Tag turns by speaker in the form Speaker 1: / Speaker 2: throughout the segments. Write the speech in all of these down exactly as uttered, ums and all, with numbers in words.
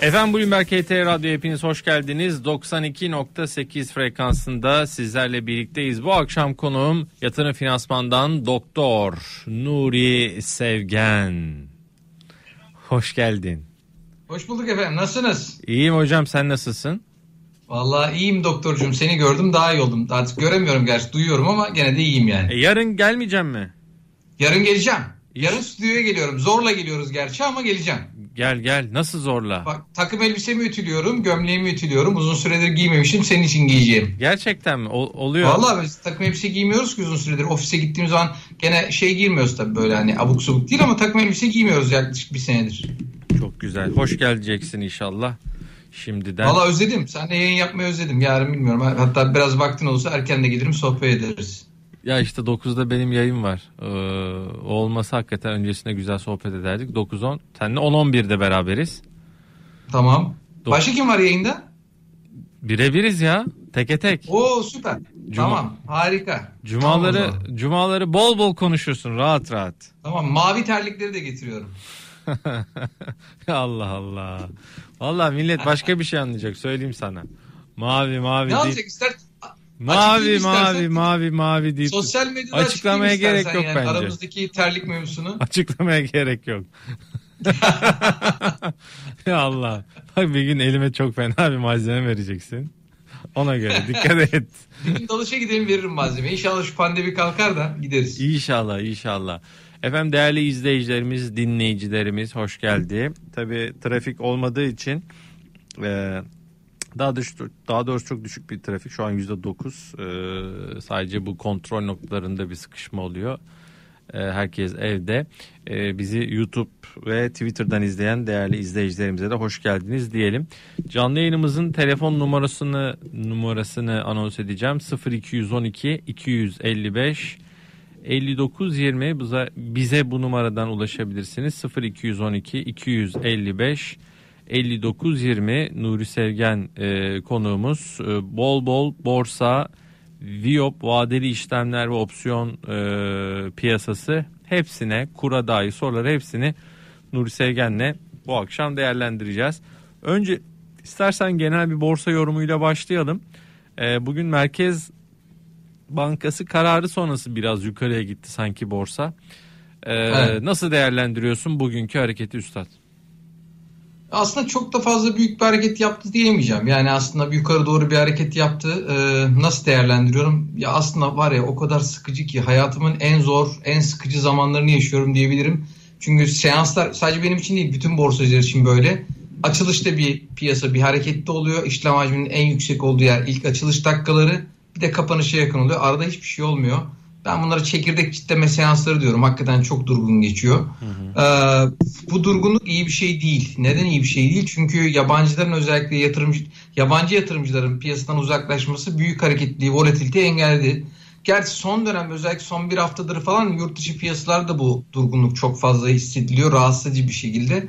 Speaker 1: Efendim Bloomberg H T Radyo hepiniz hoş geldiniz. doksan iki nokta sekiz frekansında sizlerle birlikteyiz. Bu akşam konuğum Yatırım Finansman'dan Doktor Nuri Sevgen. Hoş geldin.
Speaker 2: Hoş bulduk efendim. Nasılsınız?
Speaker 1: İyiyim hocam, sen nasılsın?
Speaker 2: Vallahi iyiyim doktorcuğum. Seni gördüm daha iyi oldum. Artık göremiyorum gerçi, duyuyorum ama gene de iyiyim yani.
Speaker 1: E, yarın gelmeyeceğim mi?
Speaker 2: Yarın geleceğim. Yarın stüdyoya geliyorum. Zorla geliyoruz gerçi ama geleceğim.
Speaker 1: Gel gel. Nasıl zorla?
Speaker 2: Bak, takım elbisemi ütülüyorum, gömleğimi ütülüyorum. Uzun süredir giymemişim, senin için giyeceğim.
Speaker 1: Gerçekten mi? O- oluyor.
Speaker 2: Vallahi biz takım elbise giymiyoruz ki uzun süredir. Ofise gittiğimiz zaman gene şey giymiyoruz tabii, böyle hani abuk subuk değil ama takım elbise giymiyoruz yaklaşık bir senedir.
Speaker 1: Çok güzel. Hoş geleceksin inşallah. Şimdiden.
Speaker 2: Vallahi özledim. Seninle yayın yapmayı özledim. Yarın bilmiyorum. Hatta biraz vaktin olursa erken de gelirim, sohbet ederiz.
Speaker 1: Ya işte dokuzda benim yayın var. Ee, o olmasa hakikaten öncesinde güzel sohbet ederdik. dokuz on. Seninle on on birde beraberiz.
Speaker 2: Tamam.
Speaker 1: Dok-
Speaker 2: Başka kim var yayında?
Speaker 1: Birebiriz ya. Teke tek.
Speaker 2: Oo süper.
Speaker 1: Cuma-
Speaker 2: Tamam, harika.
Speaker 1: Cumaları
Speaker 2: Tamam,
Speaker 1: cumaları bol bol konuşursun rahat rahat.
Speaker 2: tamam, mavi terlikleri de getiriyorum.
Speaker 1: Allah Allah. Vallahi millet başka bir şey anlayacak, söyleyeyim sana. Mavi mavi
Speaker 2: Ne
Speaker 1: deyip,
Speaker 2: olacak ister?
Speaker 1: mavi
Speaker 2: Açıklayayım
Speaker 1: mavi
Speaker 2: istersen.
Speaker 1: mavi mavi deyip
Speaker 2: Sosyal medyada
Speaker 1: açıklamaya
Speaker 2: açıklayayım
Speaker 1: gerek
Speaker 2: istersen
Speaker 1: yok
Speaker 2: yani,
Speaker 1: bence.
Speaker 2: aramızdaki terlik mevzusunu.
Speaker 1: Açıklamaya gerek yok. Ya Allah. Bak bir gün elime çok fena bir malzeme vereceksin. Ona göre dikkat et.
Speaker 2: Bir gün dalışa gidelim, veririm malzemeyi. İnşallah şu pandemi kalkar da gideriz.
Speaker 1: İnşallah inşallah. Efendim değerli izleyicilerimiz, dinleyicilerimiz hoş geldi. Tabii trafik olmadığı için e, daha doğrusu, daha doğrusu çok düşük bir trafik. Şu an yüzde dokuz. E, sadece bu kontrol noktalarında bir sıkışma oluyor. E, herkes evde. E, bizi YouTube ve Twitter'dan izleyen değerli izleyicilerimize de hoş geldiniz diyelim. Canlı yayınımızın telefon numarasını numarasını anons edeceğim. sıfır iki on iki iki elli beş elli dokuz yirmi bize, bize bu numaradan ulaşabilirsiniz. sıfır iki on iki iki elli beş elli dokuz yirmi Nuri Sevgen e, konuğumuz. E, bol bol borsa, Viyop, vadeli işlemler ve opsiyon e, piyasası, hepsine, kura dair soruları hepsini Nuri Sevgen'le bu akşam değerlendireceğiz. Önce istersen genel bir borsa yorumuyla başlayalım. E, bugün Merkez Bankası kararı sonrası biraz yukarıya gitti sanki borsa. Ee, evet. Nasıl değerlendiriyorsun bugünkü hareketi üstad?
Speaker 2: Aslında çok da fazla büyük bir hareket yaptı diyemeyeceğim. Yani aslında yukarı doğru bir hareket yaptı. Ee, nasıl değerlendiriyorum? Ya aslında var ya, o kadar sıkıcı ki hayatımın en zor, en sıkıcı zamanlarını yaşıyorum diyebilirim. Çünkü seanslar sadece benim için değil, bütün borsacılar için böyle. Açılışta bir piyasa bir hareketli oluyor. İşlem hacminin en yüksek olduğu yer ilk açılış dakikaları. Bir de kapanışa yakın oluyor. Arada hiçbir şey olmuyor. Ben bunlara çekirdek çitleme seansları diyorum. Hakikaten çok durgun geçiyor. Hı hı. Ee, bu durgunluk iyi bir şey değil. Neden iyi bir şey değil? Çünkü yabancıların, özellikle yatırımcı, yabancı yatırımcıların piyasadan uzaklaşması büyük hareketliliği, volatiliteyi engelledi. Gerçi son dönem, özellikle son bir haftadır falan yurt dışı piyasalarda bu durgunluk çok fazla hissediliyor. Rahatsız bir şekilde.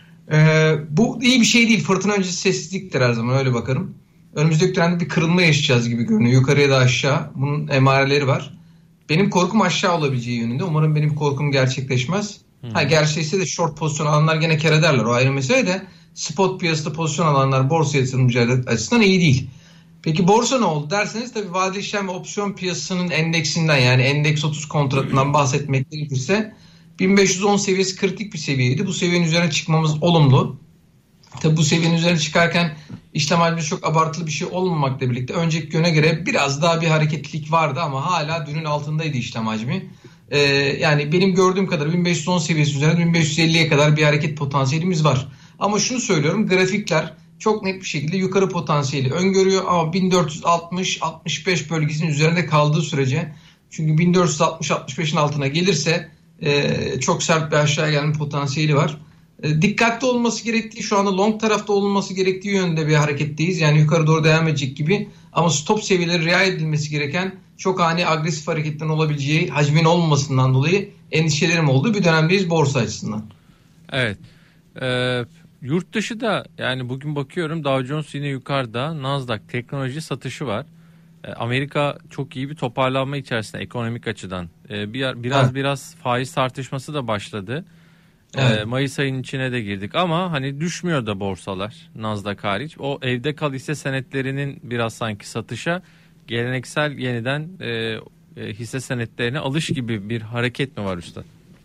Speaker 2: Ee, bu iyi bir şey değil. Fırtına öncesi sessizliktir her zaman, öyle bakarım. Önümüzdeki dönemde bir kırılma yaşayacağız gibi görünüyor. Yukarıya da aşağı. Bunun emareleri var. Benim korkum aşağı olabileceği yönünde. Umarım benim korkum gerçekleşmez. Hmm. Ha, gerçekleşse de short pozisyon alanlar gene kar ederler. O ayrı mesele de spot piyasada pozisyon alanlar borsa yatırımcıları açısından iyi değil. Peki borsa ne oldu derseniz, tabii vadeli işlem ve opsiyon piyasasının endeksinden, yani endeks otuz kontratından bahsetmek gerekirse bin beş yüz on seviyesi kritik bir seviyeydi. Bu seviyenin üzerine çıkmamız olumlu. Tabi bu seviyenin üzerine çıkarken işlem hacmi çok abartılı bir şey olmamakla birlikte önceki güne göre biraz daha bir hareketlilik vardı ama hala dünün altındaydı işlem hacmi. Ee, yani benim gördüğüm kadar bin beş yüz on seviyesi üzerinde bin beş yüz elliye kadar bir hareket potansiyelimiz var. Ama şunu söylüyorum, grafikler çok net bir şekilde yukarı potansiyeli öngörüyor ama bin dört yüz altmış altmış beş bölgesinin üzerinde kaldığı sürece, çünkü bin dört yüz altmış altmış beşin altına gelirse e, çok sert bir aşağı gelme potansiyeli var. Dikkatli olması gerektiği, şu anda long tarafta olunması gerektiği yönde bir hareketteyiz. Yani yukarı doğru devam edecek gibi, ama stop seviyeleri riayet edilmesi gereken, çok ani agresif hareketlerin olabileceği, hacmin olmamasından dolayı endişelerim olduğu bir dönemdeyiz borsa açısından.
Speaker 1: Evet. Ee, yurt dışı da, yani bugün bakıyorum Dow Jones yine yukarıda, Nasdaq teknoloji satışı var. Ee, Amerika çok iyi bir toparlanma içerisinde ekonomik açıdan. Ee, bir, biraz evet. biraz faiz tartışması da başladı. Evet. Ee, Mayıs ayının içine de girdik ama hani düşmüyor da borsalar, Nasdaq hariç. O evde kal hisse senetlerinin biraz sanki satışa, geleneksel yeniden e, e, hisse senetlerine alış gibi bir hareket mi var üstad?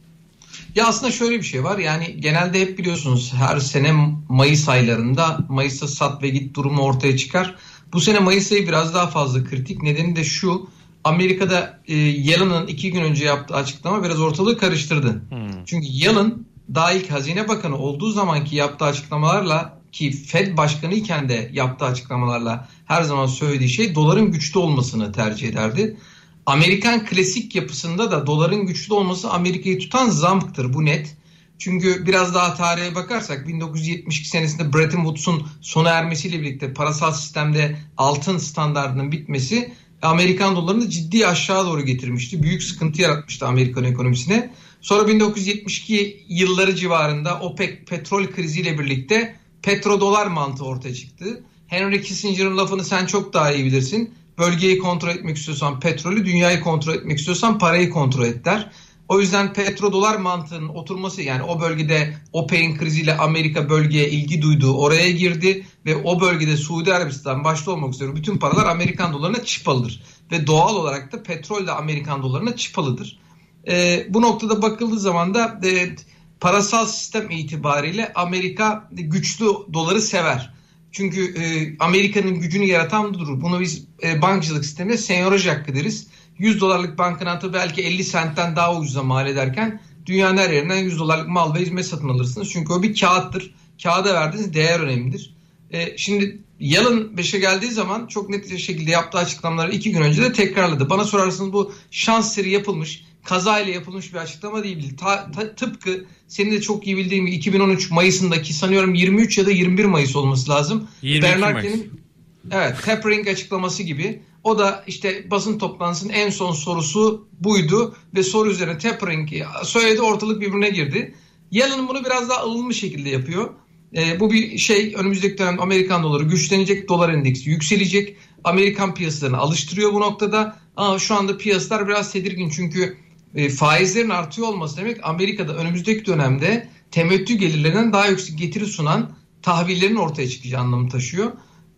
Speaker 2: Ya aslında şöyle bir şey var, yani genelde hep biliyorsunuz her sene Mayıs aylarında Mayıs'ta sat ve git durumu ortaya çıkar. Bu sene Mayıs ayı biraz daha fazla kritik. Nedeni de şu: Amerika'da e, Yellen'ın iki gün önce yaptığı açıklama biraz ortalığı karıştırdı. Hmm. Çünkü Yellen daha ilk Hazine Bakanı olduğu zamanki yaptığı açıklamalarla, ki Fed Başkanı iken de yaptığı açıklamalarla her zaman söylediği şey doların güçlü olmasını tercih ederdi. Amerikan klasik yapısında da doların güçlü olması Amerika'yı tutan zamktır, bu net. Çünkü biraz daha tarihe bakarsak bin dokuz yüz yetmiş iki senesinde Bretton Woods'un sona ermesiyle birlikte parasal sistemde altın standardının bitmesi Amerikan dolarını ciddi aşağı doğru getirmişti. Büyük sıkıntı yaratmıştı Amerikan ekonomisine. Sonra bin dokuz yüz yetmiş iki yılları civarında OPEC petrol kriziyle birlikte petrodolar mantığı ortaya çıktı. Henry Kissinger'ın lafını sen çok daha iyi bilirsin. Bölgeyi kontrol etmek istiyorsan petrolü, dünyayı kontrol etmek istiyorsan parayı kontrol et der. O yüzden petrodolar mantığının oturması, yani o bölgede OPEC'in kriziyle Amerika bölgeye ilgi duyduğu, oraya girdi ve o bölgede Suudi Arabistan başta olmak üzere bütün paralar Amerikan dolarına çıpalıdır. Ve doğal olarak da petrol de Amerikan dolarına çıpalıdır. E, bu noktada bakıldığı zaman da e, parasal sistem itibariyle Amerika güçlü doları sever. Çünkü e, Amerika'nın gücünü yaratan budur. Bunu biz e, bankacılık sisteminde senyoraj hakkı deriz. yüz dolarlık banknotı belki elli sentten daha ucuza mal ederken dünyanın her yerinden yüz dolarlık mal ve hizmet satın alırsınız. Çünkü o bir kağıttır. Kağıda verdiğiniz değer önemlidir. E, şimdi Yellen beşe geldiği zaman çok net bir şekilde yaptığı açıklamaları iki gün önce de tekrarladı. Bana sorarsanız bu şans eseri yapılmış, kazayla yapılmış bir açıklama değil. Ta, ta, tıpkı senin de çok iyi bildiğin gibi iki bin on üç Mayıs'ındaki, sanıyorum yirmi üç ya da yirmi bir Mayıs olması lazım. Bernanke'nin evet tapering açıklaması gibi. O da işte basın toplantısının en son sorusu buydu ve soru üzerine tapering söyledi, ortalık birbirine girdi. Yellen bunu biraz daha ılımlı şekilde yapıyor. E, bu bir şey, önümüzdeki dönemde Amerikan doları güçlenecek, dolar endeksi yükselecek. Amerikan piyasalarını alıştırıyor bu noktada. Ama şu anda piyasalar biraz tedirgin çünkü e, faizlerin artıyor olması demek Amerika'da önümüzdeki dönemde temettü gelirlerinden daha yüksek getiri sunan tahvillerin ortaya çıkacağı anlamı taşıyor.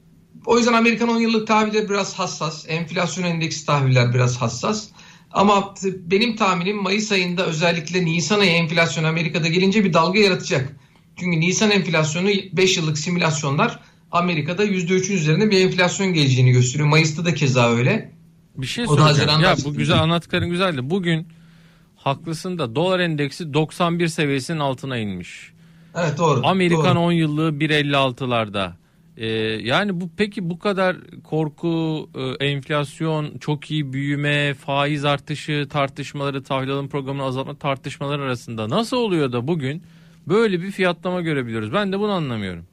Speaker 2: O yüzden Amerikan on yıllık tahviller biraz hassas. Enflasyon endeksi tahviller biraz hassas. Ama benim tahminim Mayıs ayında özellikle Nisan ayı enflasyonu Amerika'da gelince bir dalga yaratacak. Çünkü Nisan enflasyonu beş yıllık simülasyonlar Amerika'da yüzde üçün üzerinde bir enflasyon geleceğini gösteriyor. Mayıs'ta da keza öyle.
Speaker 1: Bir şey soracağım. Ya bu güzel anlattıkların güzeldi. Bugün haklısın da dolar endeksi doksan bir seviyesinin altına inmiş.
Speaker 2: Evet doğru.
Speaker 1: Amerikan
Speaker 2: doğru.
Speaker 1: on yıllığı bir elli altılarda. Ee, yani bu peki bu kadar korku, e, enflasyon, çok iyi büyüme, faiz artışı tartışmaları, tahvil alım programını azaltma tartışmaları arasında nasıl oluyor da bugün böyle bir fiyatlama görebiliyoruz? Ben de bunu anlamıyorum.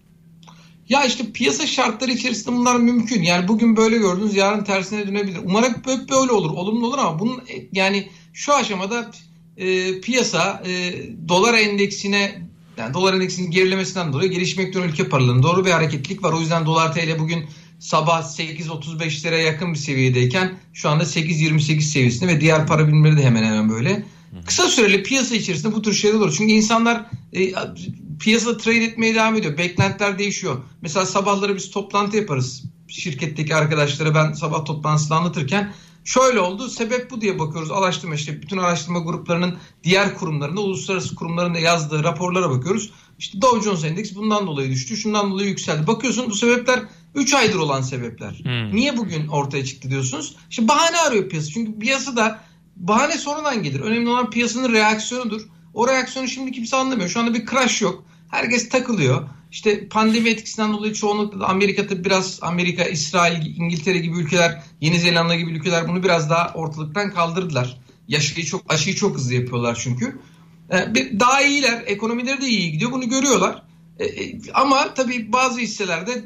Speaker 2: Ya işte piyasa şartları içerisinde bunlar mümkün. Yani bugün böyle gördünüz, yarın tersine dönebilir. Umarım böyle olur, olumlu olur ama bunun yani şu aşamada e, piyasa e, dolar endeksine, yani dolar endeksinin gerilemesinden dolayı gelişmekte olan ülke paralarının doğru bir hareketlilik var. O yüzden dolar T L bugün sabah sekiz otuz beşlere yakın bir seviyedeyken şu anda sekiz yirmi sekiz seviyesinde ve diğer para birimleri de hemen hemen böyle. Kısa süreli piyasa içerisinde bu tür şeyler olur. Çünkü insanlar e, piyasada trade etmeye devam ediyor. Beklentiler değişiyor. Mesela sabahları biz toplantı yaparız. Şirketteki arkadaşlara ben sabah toplantısını anlatırken şöyle oldu, sebep bu diye bakıyoruz. Araştırma, işte bütün araştırma gruplarının diğer kurumlarında, uluslararası kurumların da yazdığı raporlara bakıyoruz. İşte Dow Jones Endeks bundan dolayı düştü, şundan dolayı yükseldi. Bakıyorsun bu sebepler üç aydır olan sebepler. Hmm. Niye bugün ortaya çıktı diyorsunuz? İşte bahane arıyor piyasa. Çünkü piyasada bahane sonradan gelir. Önemli olan piyasanın reaksiyonudur. O reaksiyonu şimdi kimse anlamıyor. Şu anda bir crash yok. Herkes takılıyor. İşte pandemi etkisinden dolayı çoğunlukla da Amerika'da biraz, Amerika, İsrail, İngiltere gibi ülkeler, Yeni Zelanda gibi ülkeler bunu biraz daha ortalıktan kaldırdılar. Aşıyı çok, aşıyı çok hızlı yapıyorlar çünkü. Ee, daha iyiler, ekonomileri de iyi gidiyor. Bunu görüyorlar. Ee, ama tabii bazı hisselerde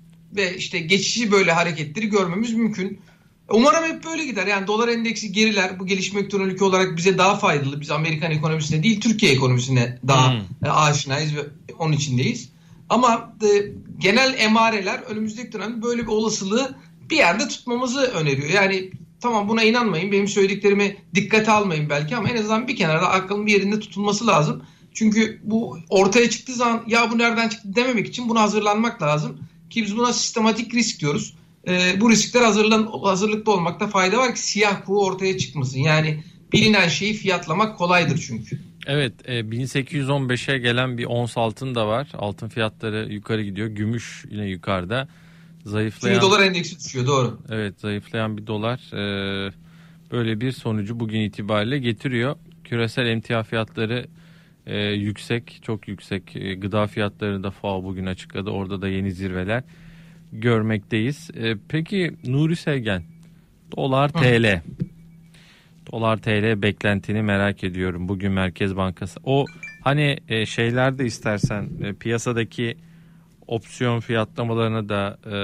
Speaker 2: ve işte geçici böyle hareketleri görmemiz mümkün. Umarım hep böyle gider. Yani dolar endeksi geriler. Bu gelişmekte olan ülke olarak bize daha faydalı. Biz Amerikan ekonomisine değil, Türkiye ekonomisine daha hmm. aşinayız ve onun içindeyiz. Ama e, genel emareler önümüzdeki dönemde böyle bir olasılığı bir yerde tutmamızı öneriyor. Yani tamam, buna inanmayın, benim söylediklerimi dikkate almayın belki ama en azından bir kenarda aklın bir yerinde tutulması lazım. Çünkü bu ortaya çıktığı zaman ya bu nereden çıktı dememek için buna hazırlanmak lazım. Ki biz buna sistematik risk diyoruz. Ee, bu riskler hazırlan, hazırlıklı olmakta fayda var ki siyah kuğu ortaya çıkmasın. Yani bilinen şeyi fiyatlamak kolaydır çünkü.
Speaker 1: Evet, e, bin sekiz yüz on beşe gelen bir ons altın da var. Altın fiyatları yukarı gidiyor. Gümüş yine yukarıda. Zayıflayan,
Speaker 2: çünkü dolar endeksi düşüyor, doğru.
Speaker 1: Evet, zayıflayan bir dolar e, böyle bir sonucu bugün itibariyle getiriyor. Küresel emtia fiyatları e, yüksek, çok yüksek. E, gıda fiyatları da F A O bugün açıkladı. Orada da yeni zirveler görmekteyiz. E, peki Nuri Sevgen, dolar T L. Hı. Dolar T L beklentini merak ediyorum. Bugün Merkez Bankası. O hani e, şeylerde istersen e, piyasadaki opsiyon fiyatlamalarına da e,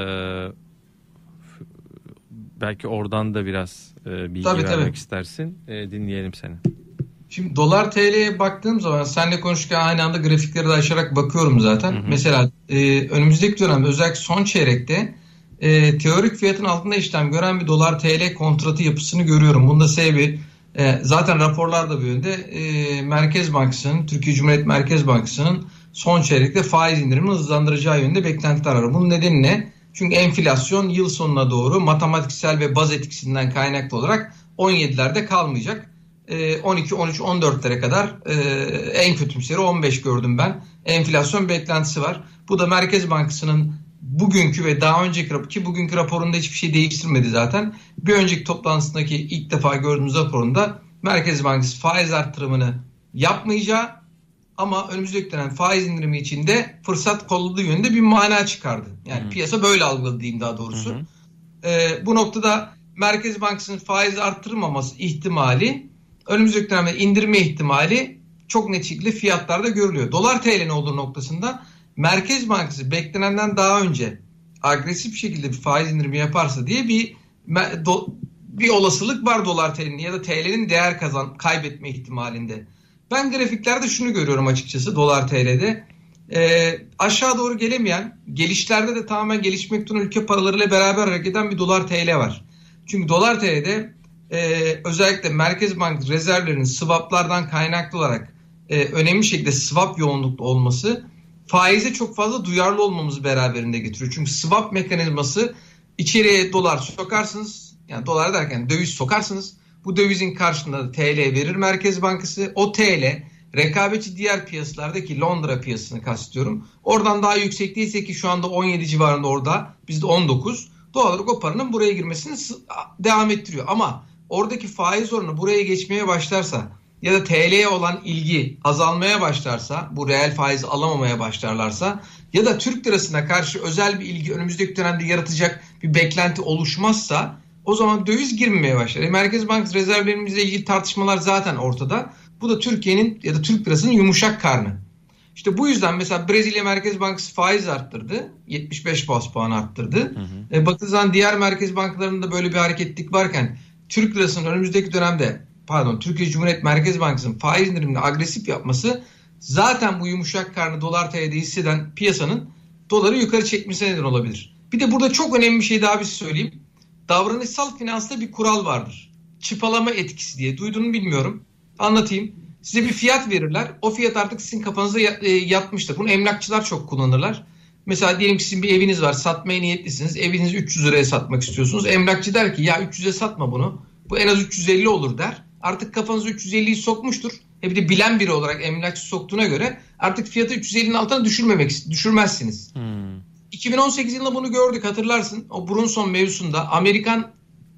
Speaker 1: f- belki oradan da biraz e, bilgi
Speaker 2: tabii,
Speaker 1: vermek
Speaker 2: tabii.
Speaker 1: istersin. E, dinleyelim seni.
Speaker 2: Şimdi dolar T L'ye baktığım zaman seninle konuşurken aynı anda grafikleri de açarak bakıyorum zaten. Hı hı. Mesela e, önümüzdeki dönemde özellikle son çeyrekte e, teorik fiyatın altında işlem gören bir dolar T L kontratı yapısını görüyorum. Bunda sebebi e, zaten raporlar da bu yönde. E, Merkez Bankası'nın, Türkiye Cumhuriyet Merkez Bankası'nın son çeyrekte faiz indirimini hızlandıracağı yönde beklentiler var. Bunun nedeni ne? Çünkü enflasyon yıl sonuna doğru matematiksel ve baz etkisinden kaynaklı olarak on yedilerde kalmayacak. on iki, on üç, on dörtlere kadar e, en kötümseri on beş gördüm ben. Enflasyon beklentisi var. Bu da Merkez Bankası'nın bugünkü ve daha önceki ki bugünkü raporunda hiçbir şey değiştirmedi zaten. Bir önceki toplantısındaki ilk defa gördüğümüz raporunda Merkez Bankası faiz arttırımını yapmayacağı ama önümüzdeki dönem faiz indirimi içinde fırsat kolladığı yönünde bir mana çıkardı. Yani hı. piyasa böyle algıladı diyeyim daha doğrusu. Hı hı. E, bu noktada Merkez Bankası'nın faiz arttırmaması ihtimali, önümüzdeki dönemde indirme ihtimali çok net şekilde fiyatlarda görülüyor. Dolar T L'nin olduğu noktasında Merkez Bankası beklenenden daha önce agresif şekilde bir faiz indirimi yaparsa diye bir do, bir olasılık var dolar T L'nin ya da T L'nin değer kazan kaybetme ihtimalinde. Ben grafiklerde şunu görüyorum açıkçası dolar T L'de. E, aşağı doğru gelemeyen, gelişlerde de tamamen gelişmekte olan ülke paralarıyla beraber hareket eden bir dolar T L var. Çünkü dolar T L'de Ee, özellikle Merkez Bankası rezervlerinin swaplardan kaynaklı olarak e, önemli şekilde swap yoğunluklu olması faize çok fazla duyarlı olmamızı beraberinde getiriyor. Çünkü swap mekanizması içeriye dolar sokarsınız, yani dolar derken döviz sokarsınız. Bu dövizin karşılığında da T L verir Merkez Bankası. O T L rekabetçi diğer piyasalardaki Londra piyasasını kastediyorum. Oradan daha yüksek değilse ki şu anda on yedi civarında orada, bizde on dokuz. Doğal olarak o paranın buraya girmesini devam ettiriyor. Ama oradaki faiz oranı buraya geçmeye başlarsa ya da T L'ye olan ilgi azalmaya başlarsa, bu reel faizi alamamaya başlarlarsa ya da Türk lirasına karşı özel bir ilgi önümüzdeki dönemde yaratacak bir beklenti oluşmazsa o zaman döviz girmemeye başlar. E, Merkez Bankası rezervlerimizle ilgili tartışmalar zaten ortada. Bu da Türkiye'nin ya da Türk lirasının yumuşak karnı. İşte bu yüzden mesela Brezilya Merkez Bankası faiz arttırdı. yetmiş beş bas puan arttırdı. Hı hı. E, baktığı zaman diğer merkez bankalarında böyle bir hareketlik varken Türk lirasının önümüzdeki dönemde pardon Türkiye Cumhuriyet Merkez Bankası'nın faiz indirimini agresif yapması zaten bu yumuşak karnı dolar T L'de hisseden piyasanın doları yukarı çekmesine neden olabilir. Bir de burada çok önemli bir şey daha bir söyleyeyim. Davranışsal finansta bir kural vardır. Çıpalama etkisi diye. Duyduğunu bilmiyorum. Anlatayım. Size bir fiyat verirler. O fiyat artık sizin kafanıza yatmıştır. Bunu emlakçılar çok kullanırlar. Mesela diyelim ki sizin bir eviniz var. Satmaya niyetlisiniz. Evinizi üç yüz liraya satmak istiyorsunuz. Emlakçı der ki ya üç yüze satma bunu. Bu en az üç yüz elli olur der. Artık kafanıza üç yüz elliyi sokmuştur. E bir de bilen biri olarak emlakçı soktuğuna göre artık fiyatı üç yüz ellinin altına düşürmemek düşürmezsiniz. Hmm. iki bin on sekiz yılında bunu gördük, hatırlarsın. O Brunson mevzusunda Amerikan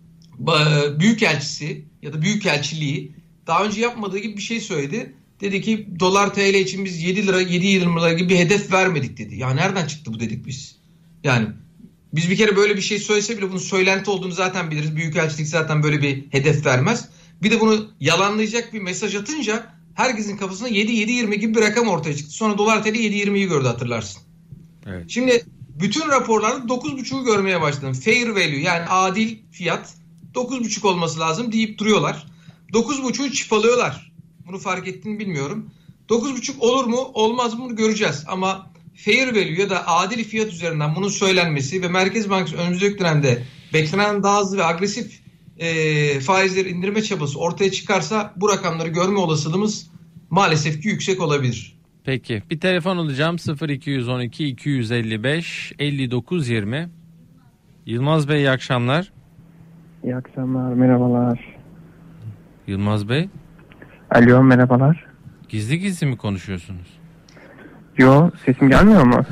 Speaker 2: büyükelçisi ya da büyükelçiliği daha önce yapmadığı gibi bir şey söyledi. Dedi ki dolar T L için biz yedi lira yedi yirmi lira gibi bir hedef vermedik dedi. Ya nereden çıktı bu dedik biz. Yani biz bir kere böyle bir şey söylese bile bunun söylenti olduğunu zaten biliriz. Büyükelçilik zaten böyle bir hedef vermez. Bir de bunu yalanlayacak bir mesaj atınca herkesin kafasına yedi yedi yirmi gibi bir rakam ortaya çıktı. Sonra dolar T L yedi yirmiyi gördü, hatırlarsın. Evet. Şimdi bütün raporlarda dokuz buçuğu görmeye başladım. Fair value, yani adil fiyat dokuz buçuk olması lazım deyip duruyorlar. dokuz buçuğu çıpalıyorlar. Bunu fark ettiğini bilmiyorum. dokuz buçuk olur mu olmaz mı bunu göreceğiz. Ama fair value ya da adil fiyat üzerinden bunun söylenmesi ve Merkez Bankası önümüzdeki dönemde beklenen daha hızlı ve agresif e, faizleri indirme çabası ortaya çıkarsa bu rakamları görme olasılığımız maalesef ki yüksek olabilir.
Speaker 1: Peki bir telefon alacağım. sıfır iki on iki iki elli beş elli dokuz yirmi. Yılmaz Bey iyi akşamlar.
Speaker 3: İyi akşamlar, merhabalar.
Speaker 1: Yılmaz Bey.
Speaker 3: Alo, merhabalar.
Speaker 1: Gizli gizli mi konuşuyorsunuz?
Speaker 3: Yo, sesim gelmiyor mu?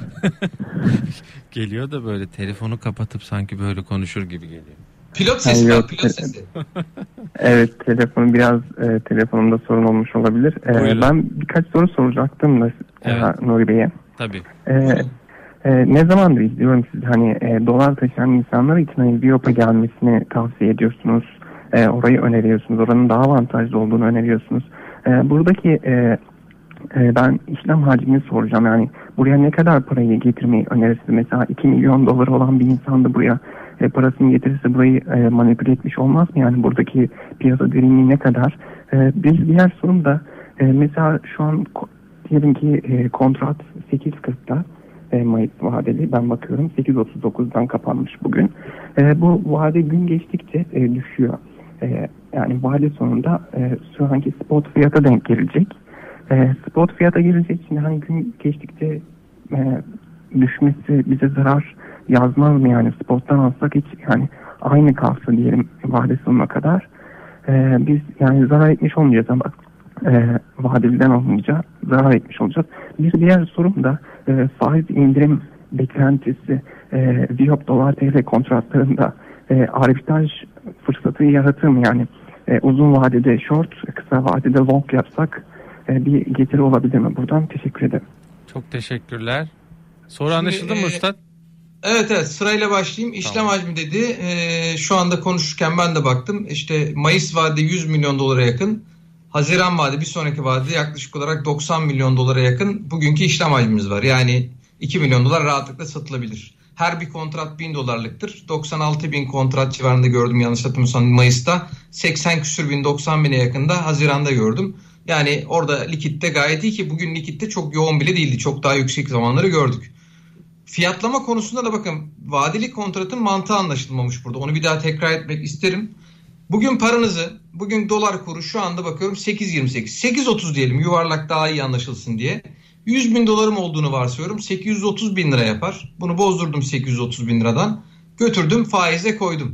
Speaker 1: Geliyor da böyle telefonu kapatıp sanki böyle konuşur gibi geliyor.
Speaker 2: Pilot sesi var, pilot sesi.
Speaker 3: Evet, telefon biraz e, telefonumda sorun olmuş olabilir. E, ben birkaç soru soracaktım da
Speaker 1: evet.
Speaker 3: Nuri Bey'e.
Speaker 1: Tabii.
Speaker 3: E, e, ne zamandır izliyorum sizi, hani e, dolar taşıyan insanlar için hani Viyop'a gelmesini tavsiye ediyorsunuz. E, orayı öneriyorsunuz, oranın daha avantajlı olduğunu öneriyorsunuz. E, buradaki e, e, ben işlem hacmini soracağım, yani buraya ne kadar parayı getirmeyi önerirsiniz? Mesela iki milyon dolar olan bir insan da buraya E, parasını getirirse burayı e, manipüle etmiş olmaz mı? Yani buradaki piyasa derinliği ne kadar? E, bir diğer sorum da e, mesela şu an diyelim ki e, kontrat sekiz kırkta e, Mayıs vadeli, ben bakıyorum sekiz otuz dokuzdan kapanmış bugün. E, bu vade gün geçtikçe e, düşüyor. E, yani vade sonunda e, şu anki spot fiyata denk gelecek. E, spot fiyata gelecek, şimdi hani gün geçtikçe e, düşmesi bize zarar yazmaz mı? Yani spottan alsak hiç, yani aynı kalsa diyelim vade sonuna kadar ee, biz yani zarar etmiş olmayacağız ama e, vadeliden alınca zarar etmiş olacağız. Bir diğer sorum da e, faiz indirim beklentisi e, Viyop dolar T L kontratlarında e, arbitraj fırsatı yaratır mı? Yani e, uzun vadede short, kısa vadede long yapsak e, bir getiri olabilir mi? Buradan teşekkür ederim.
Speaker 1: Çok teşekkürler. Soru anlaşıldı mı Üstad?
Speaker 2: Evet evet, sırayla başlayayım. İşlem tamam. hacmi dedi. Ee, şu anda konuşurken ben de baktım. İşte Mayıs vadede yüz milyon dolara yakın. Haziran vadede, bir sonraki vadede yaklaşık olarak doksan milyon dolara yakın bugünkü işlem hacmimiz var. Yani iki milyon dolar rahatlıkla satılabilir. Her bir kontrat bin dolarlıktır. doksan altı bin kontrat civarında gördüm yanlış hatırlamıyorsam Mayıs'ta. seksen küsür bin, doksan bine yakında Haziran'da gördüm. Yani orada likitte gayet iyi ki bugün likitte çok yoğun bile değildi. Çok daha yüksek zamanları gördük. Fiyatlama konusunda da bakın, vadeli kontratın mantığı anlaşılmamış burada. Onu bir daha tekrar etmek isterim. Bugün paranızı, bugün dolar kuru şu anda bakıyorum sekiz yirmi sekiz. sekiz otuz diyelim, yuvarlak daha iyi anlaşılsın diye. yüz bin dolarım olduğunu varsayıyorum. sekiz yüz otuz bin lira yapar. Bunu bozdurdum sekiz yüz otuz bin liradan. Götürdüm faize koydum.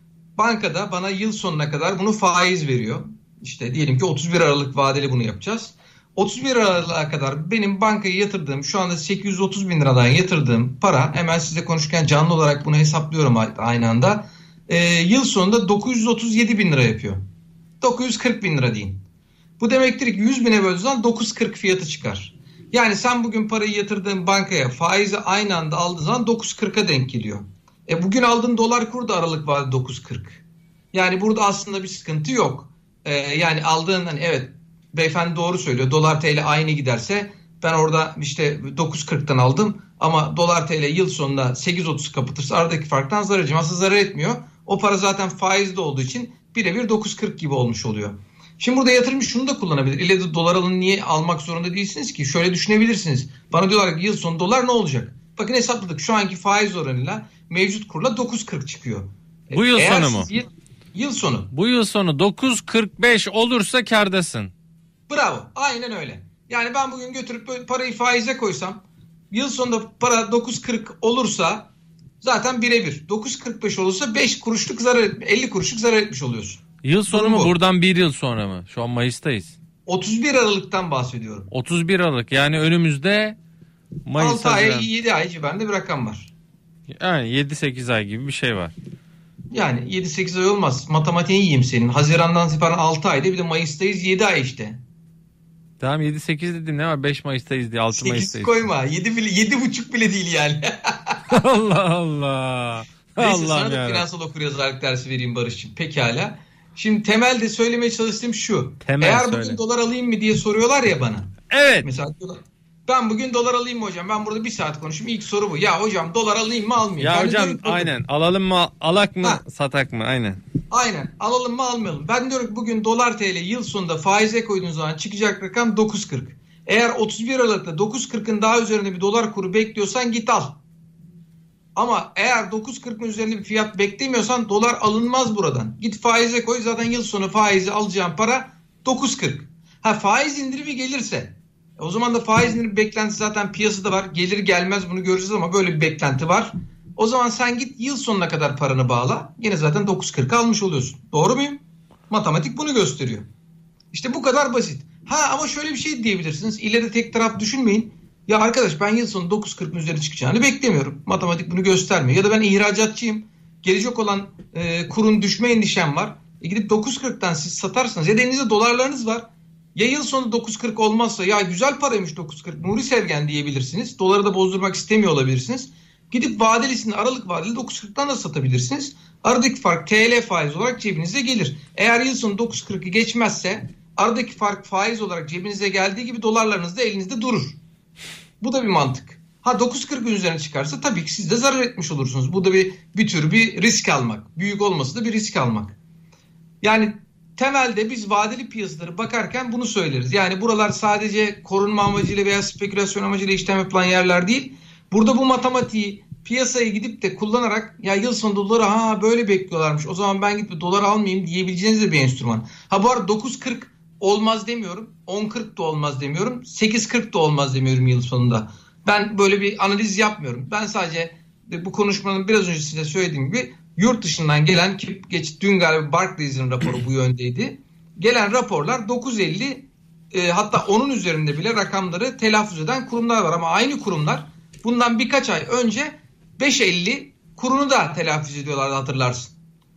Speaker 2: Bankada bana yıl sonuna kadar bunu faiz veriyor. İşte diyelim ki otuz bir Aralık vadeli bunu yapacağız. otuz bir Aralık'a kadar benim bankaya yatırdığım, şu anda sekiz yüz otuz bin liradan yatırdığım para, hemen size konuşurken canlı olarak bunu hesaplıyorum aynı anda. Ee, yıl sonunda dokuz yüz otuz yedi bin lira yapıyor. dokuz yüz kırk bin lira deyin. Bu demektir ki yüz bine böldüğün zaman dokuz yüz kırk fiyatı çıkar. Yani sen bugün parayı yatırdığın bankaya faizi aynı anda aldığın zaman dokuz yüz kırka denk geliyor. E bugün aldığın dolar kuru da Aralık vadeli dokuz yüz kırk. Yani burada aslında bir sıkıntı yok. Ee, yani aldığın, hani evet, beyefendi doğru söylüyor. Dolar T L aynı giderse ben orada işte dokuz kırktan aldım ama dolar T L yıl sonunda sekiz otuz kapatırsa aradaki farktan zarar edeceğim. Aslında zarar etmiyor. O para zaten faizde olduğu için birebir dokuz kırk gibi olmuş oluyor. Şimdi burada yatırımcı şunu da kullanabilir. İlle de dolar alın, niye almak zorunda değilsiniz ki? Şöyle düşünebilirsiniz. Bana diyorlar ki yıl sonu dolar ne olacak? Bakın hesapladık. Şu anki faiz oranıyla mevcut kurla dokuz kırk çıkıyor.
Speaker 1: Bu yıl
Speaker 2: Eğer
Speaker 1: sonu mu?
Speaker 2: Yıl, yıl sonu.
Speaker 1: Bu yıl sonu dokuz kırk beş olursa kârdasın.
Speaker 2: Bravo. Aynen öyle. Yani ben bugün götürüp parayı faize koysam, yıl sonunda para dokuz kırk olursa zaten birebir. dokuz kırk beş olursa beş kuruşluk zarar, elli kuruşluk zarar etmiş oluyorsun.
Speaker 1: Yıl sonu Durum mu bu. Buradan bir yıl sonra mı? Şu an Mayıs'tayız.
Speaker 2: otuz bir Aralık'tan bahsediyorum.
Speaker 1: otuz bir Aralık, yani önümüzde Mayıs,
Speaker 2: altı ay yedi ay civarında bir rakam var.
Speaker 1: Yani yedi sekiz ay gibi bir şey var.
Speaker 2: Yani yedi sekiz ay olmaz. Matematiğini yiyeyim senin. Haziran'dan itibaren altı ayda, bir de Mayıs'tayız, yedi ay işte.
Speaker 1: Tamam, yedi sekiz dedim, ne var, beş Mayıs'tayız diye, altı Mayıs'tayız.
Speaker 2: sekiz koyma. yedi bile, yedi buçuk bile değil yani.
Speaker 1: Allah Allah.
Speaker 2: Neyse,
Speaker 1: Allah'ım
Speaker 2: sana da
Speaker 1: ya.
Speaker 2: finansal okuryazarlık dersi vereyim Barış'cığım. Pekala. Şimdi temelde söylemeye çalıştığım şu.
Speaker 1: Temel
Speaker 2: Eğer
Speaker 1: söyle.
Speaker 2: bugün dolar alayım mı diye soruyorlar ya bana.
Speaker 1: Evet.
Speaker 2: Mesela diyorlar, ben bugün dolar alayım mı hocam? Ben burada bir saat konuşayım. İlk soru bu. Ya hocam dolar alayım mı almayayım?
Speaker 1: Ya
Speaker 2: ben
Speaker 1: hocam
Speaker 2: diyorum,
Speaker 1: aynen. Alalım mı, alak mı, ha. satak mı? Aynen.
Speaker 2: Aynen. Alalım mı almayalım. Ben diyorum ki bugün dolar T L yıl sonunda faize koyduğun zaman çıkacak rakam dokuz kırk. Eğer otuz bir Aralık'ta dokuz kırkın daha üzerinde bir dolar kuru bekliyorsan git al. Ama eğer dokuz kırkın üzerinde bir fiyat beklemiyorsan dolar alınmaz buradan. Git faize koy, zaten yıl sonu faizi alacağın para dokuz kırk. Ha faiz indirimi gelirse o zaman da faiz indirimi beklentisi zaten piyasada var. Gelir gelmez bunu göreceğiz ama böyle bir beklenti var. O zaman sen git yıl sonuna kadar paranı bağla. Yine zaten dokuz kırk almış oluyorsun. Doğru muyum? Matematik bunu gösteriyor. İşte bu kadar basit. Ha ama şöyle bir şey diyebilirsiniz. İleri tek taraf düşünmeyin. Ya arkadaş ben yıl sonu dokuz kırkın üzeri çıkacağını beklemiyorum. Matematik bunu göstermiyor. Ya da ben ihracatçıyım. Gelecek olan e, kurun düşme endişem var. E gidip dokuz kırktan siz satarsanız ya da elinizde dolarlarınız var. Ya yıl sonu dokuz kırk olmazsa ya güzel paraymış dokuz kırk Nuri Sevgen diyebilirsiniz. Doları da bozdurmak istemiyor olabilirsiniz. Gidip vadelisini aralık vadeli dokuz kırktan da satabilirsiniz. Aradaki fark T L faiz olarak cebinize gelir. Eğer yıl sonu dokuz kırkı geçmezse aradaki fark faiz olarak cebinize geldiği gibi dolarlarınız da elinizde durur. Bu da bir mantık. Ha dokuz kırkın üzerine çıkarsa tabii ki siz de zarar etmiş olursunuz. Bu da bir, bir tür bir risk almak. Büyük olması da bir risk almak. Yani temelde biz vadeli piyasaları bakarken bunu söyleriz. Yani buralar sadece korunma amacıyla veya spekülasyon amacıyla işlem yapılan yerler değil. Burada bu matematiği piyasaya gidip de kullanarak ya yıl sonu doları ha böyle bekliyorlarmış. O zaman ben gidip dolar almayayım diyebileceğiniz de bir enstrüman. Ha bu arada dokuz kırk olmaz demiyorum. on kırk da olmaz demiyorum. sekiz kırk da olmaz demiyorum yıl sonunda. Ben böyle bir analiz yapmıyorum. Ben sadece bu konuşmanın biraz önce size söylediğim gibi yurt dışından gelen ki geç dün galiba Barclays'in raporu bu yöndeydi. Gelen raporlar dokuz elli e, hatta onun üzerinde bile rakamları telaffuz eden kurumlar var ama aynı kurumlar bundan birkaç ay önce beş elli kurunu da telaffuz ediyorlardı hatırlarsın.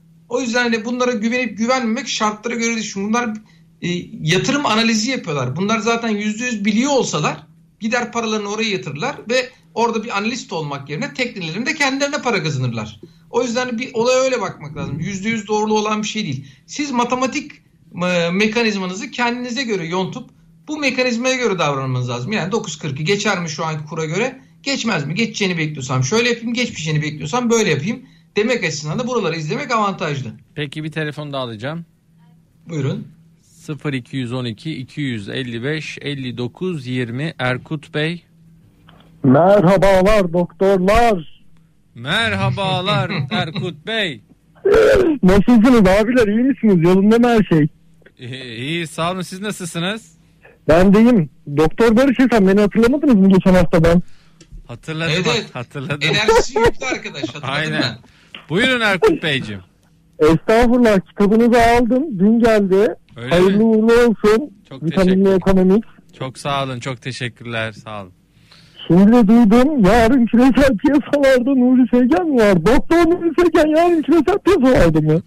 Speaker 2: O yüzden de bunlara güvenip güvenmemek şartlara göre değil. Bunlar e, yatırım analizi yapıyorlar. Bunlar zaten yüzde yüz biliyor olsalar gider paralarını oraya yatırırlar ve orada bir analist olmak yerine teknelerinde kendilerine para kazanırlar. O yüzden bir olaya öyle bakmak lazım. yüzde yüz doğruluğu olan bir şey değil. Siz matematik e, mekanizmanızı kendinize göre yontup bu mekanizmaya göre davranmanız lazım. Yani dokuz kırkı geçer mi şu anki kura göre? Geçmez mi? Geçeceğini bekliyorsam şöyle yapayım, geçmeyeceğini bekliyorsam böyle yapayım demek açısından da buraları izlemek avantajlı.
Speaker 1: Peki bir telefon da alacağım.
Speaker 2: Buyurun.
Speaker 1: sıfır iki on iki iki yüz elli beş elli dokuz yirmi Erkut Bey.
Speaker 4: Merhabalar doktorlar.
Speaker 1: Merhabalar Erkut Bey.
Speaker 4: Nasılsınız abiler, iyi misiniz? Yolunda mı her şey?
Speaker 1: İyi, iyi sağ olun, siz nasılsınız?
Speaker 4: Ben deyim. Doktor Barış Efem, beni hatırlamadınız mı geçen haftadan?
Speaker 1: Hatırladım.
Speaker 2: Evet,
Speaker 1: hatırladım.
Speaker 2: Enerjisi yüklü arkadaş. Hatırladım
Speaker 1: Aynen.
Speaker 2: ben.
Speaker 1: Buyurun Erkut Beyciğim.
Speaker 4: Estağfurullah, kitabınızı aldım. Dün geldi.
Speaker 1: Öyle
Speaker 4: Hayırlı
Speaker 1: mi?
Speaker 4: uğurlu olsun.
Speaker 1: Çok
Speaker 4: Vitaminli
Speaker 1: teşekkür.
Speaker 4: ekonomik.
Speaker 1: Çok sağ olun, çok teşekkürler, sağ olun.
Speaker 4: Şimdi de duydum, yarın küresel piyasalarda Nuri Sevgen mi var? Doktor Nuri Sevgen yarın küresel piyasalarda mı?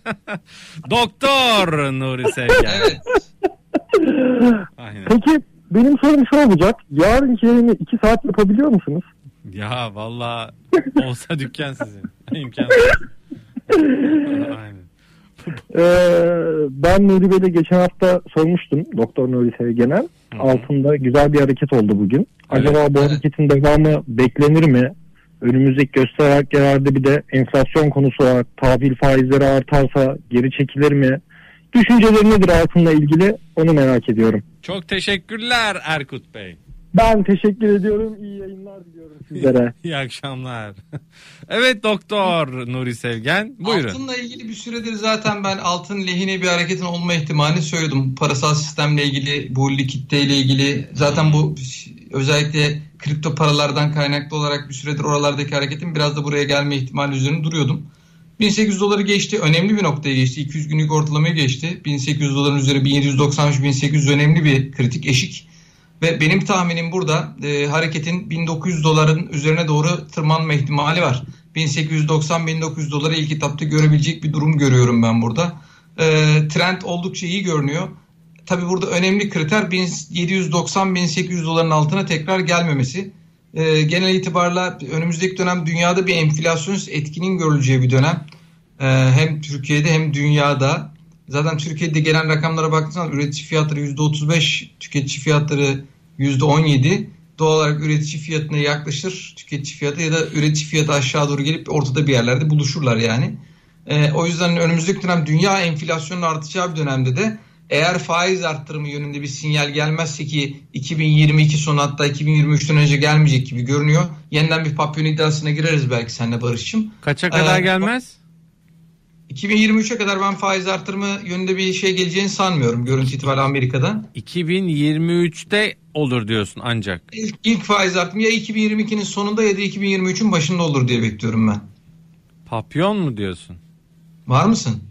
Speaker 1: Doktor Nuri Sevgen.
Speaker 2: Evet.
Speaker 1: Aynen.
Speaker 4: Peki benim sorum şu olacak. Yarınki yayını iki saat yapabiliyor musunuz?
Speaker 1: Ya vallahi olsa dükkan sizin. İmkansız. Aynen.
Speaker 4: Ee, ben Nuri Bey'le geçen hafta sormuştum Doktor Nuri Sevgen'e.
Speaker 1: Hı-hı.
Speaker 4: Altında güzel bir hareket oldu bugün.
Speaker 1: Evet.
Speaker 4: Acaba bu
Speaker 2: Evet.
Speaker 4: hareketin devamı beklenir mi? Önümüzdeki göstergelerde bir de enflasyon konusu var. Tahvil faizleri artarsa geri çekilir mi? Düşünceleri nedir altınla ilgili, onu merak ediyorum.
Speaker 1: Çok teşekkürler Erkut Bey.
Speaker 4: Ben teşekkür ediyorum. İyi yayınlar diliyorum sizlere.
Speaker 1: İyi akşamlar. Evet Doktor Nuri Sevgen, buyurun.
Speaker 2: Altınla ilgili bir süredir zaten ben altın lehine bir hareketin olma ihtimalini söyledim. Parasal sistemle ilgili, bu likiditeyle ilgili zaten bu özellikle kripto paralardan kaynaklı olarak bir süredir oralardaki hareketin biraz da buraya gelme ihtimali üzerine duruyordum. bin sekiz yüz doları geçti. Önemli bir noktaya geçti. iki yüz günlük ortalamayı geçti. bin sekiz yüz doların üzeri bin yedi yüz doksan üç bin sekiz yüz önemli bir kritik eşik. Ve benim tahminim burada e, hareketin bin dokuz yüz doların üzerine doğru tırmanma ihtimali var. bin sekiz yüz doksan bin dokuz yüz doları ilk etapta görebilecek bir durum görüyorum ben burada. E, trend oldukça iyi görünüyor. Tabii burada önemli kriter bin yedi yüz doksan bin sekiz yüz doların altına tekrar gelmemesi. E, genel itibarla önümüzdeki dönem dünyada bir enflasyon etkinin görüleceği bir dönem. E, hem Türkiye'de hem dünyada. Zaten Türkiye'de gelen rakamlara baktığınız üretici fiyatları yüzde otuz beş, tüketici fiyatları yüzde on yedi. Doğal olarak üretici fiyatına yaklaşır tüketici fiyatı ya da üretici fiyatı aşağı doğru gelip ortada bir yerlerde buluşurlar yani. E, o yüzden önümüzdeki dönem dünya enflasyonun artacağı bir dönemde de eğer faiz arttırımı yönünde bir sinyal gelmezse ki iki bin yirmi iki sonu hatta iki bin yirmi üçten önce gelmeyecek gibi görünüyor. Yeniden bir papyon iddiasına gireriz belki seninle Barış'cığım.
Speaker 1: Kaça kadar
Speaker 2: Ee,
Speaker 1: gelmez?
Speaker 2: iki bin yirmi üçe kadar ben faiz artırımı yönünde bir şey geleceğini sanmıyorum görüntü itibariyle Amerika'dan.
Speaker 1: iki bin yirmi üçte olur diyorsun ancak.
Speaker 2: İlk, ilk faiz artırımı ya iki bin yirmi ikinin sonunda ya da iki bin yirmi üçün başında olur diye bekliyorum ben.
Speaker 1: Papyon mu diyorsun?
Speaker 2: Var mısın?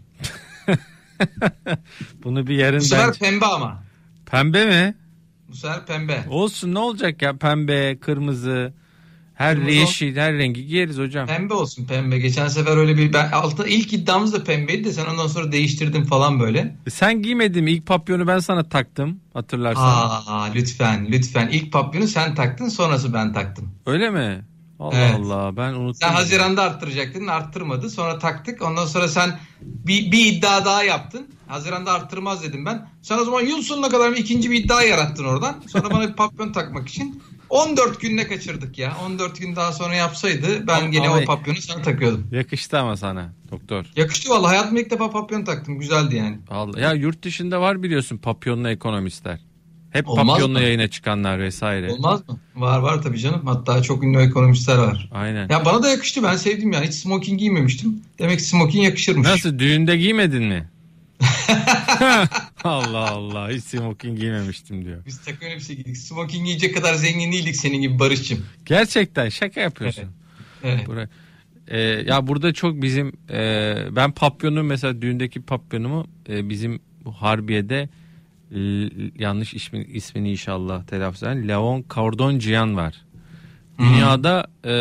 Speaker 1: Bunu bir yarın
Speaker 2: Bu sefer
Speaker 1: bence...
Speaker 2: pembe ama.
Speaker 1: Pembe mi?
Speaker 2: Bu sefer pembe.
Speaker 1: Olsun, ne olacak ya, pembe, kırmızı, her
Speaker 2: Kırmızı
Speaker 1: yeşil, her rengi giyeriz hocam.
Speaker 2: Pembe olsun, pembe. Geçen sefer öyle bir ben altta ilk iddiamız da pembeydi de sen ondan sonra değiştirdin falan böyle.
Speaker 1: Sen giymedin mi? İlk papyonu ben sana taktım, hatırlarsan.
Speaker 2: Aa lütfen lütfen ilk papyonu sen taktın, sonrası ben taktım.
Speaker 1: Öyle mi? Allah
Speaker 2: Evet.
Speaker 1: Allah, ben unuttum.
Speaker 2: Sen Haziran'da arttıracaktın, arttırmadı. Sonra taktık. Ondan sonra sen bir, bir iddia daha yaptın. Haziran'da arttırmaz dedim ben. Sen o zaman yıl sonuna kadar bir ikinci bir iddia yarattın oradan. Sonra bana bir papyon takmak için. on dört günde kaçırdık ya. on dört gün daha sonra yapsaydı ben gene
Speaker 1: ama,
Speaker 2: o papyonu sana takıyordum.
Speaker 1: Yakıştı ama sana doktor.
Speaker 2: Yakıştı vallahi, hayatımda ilk defa papyon taktım. Güzeldi yani.
Speaker 1: Allah. Ya yurt dışında var biliyorsun papyonlu ekonomistler. Hep
Speaker 2: Olmaz
Speaker 1: papyonlu
Speaker 2: mı?
Speaker 1: yayına çıkanlar vesaire.
Speaker 2: Olmaz mı? Var var tabii canım. Hatta çok ünlü ekonomistler var.
Speaker 1: Aynen.
Speaker 2: Ya bana da yakıştı, ben sevdim yani. Hiç smoking giymemiştim. Demek ki smoking yakışırmış.
Speaker 1: Nasıl, düğünde giymedin mi? Allah Allah, hiç smoking giymemiştim diyor.
Speaker 2: Biz takım elbise giydik. Smoking giyecek kadar zengin değildik senin gibi Barış'cığım.
Speaker 1: Gerçekten şaka yapıyorsun.
Speaker 2: Evet. Evet.
Speaker 1: Buraya, e, ya burada çok bizim e, ben papyonu mesela, düğündeki papyonumu e, bizim bu Harbiye'de e, yanlış ismi, ismini inşallah telaffuz eden Leon Cordon-Cian var. Dünyada e,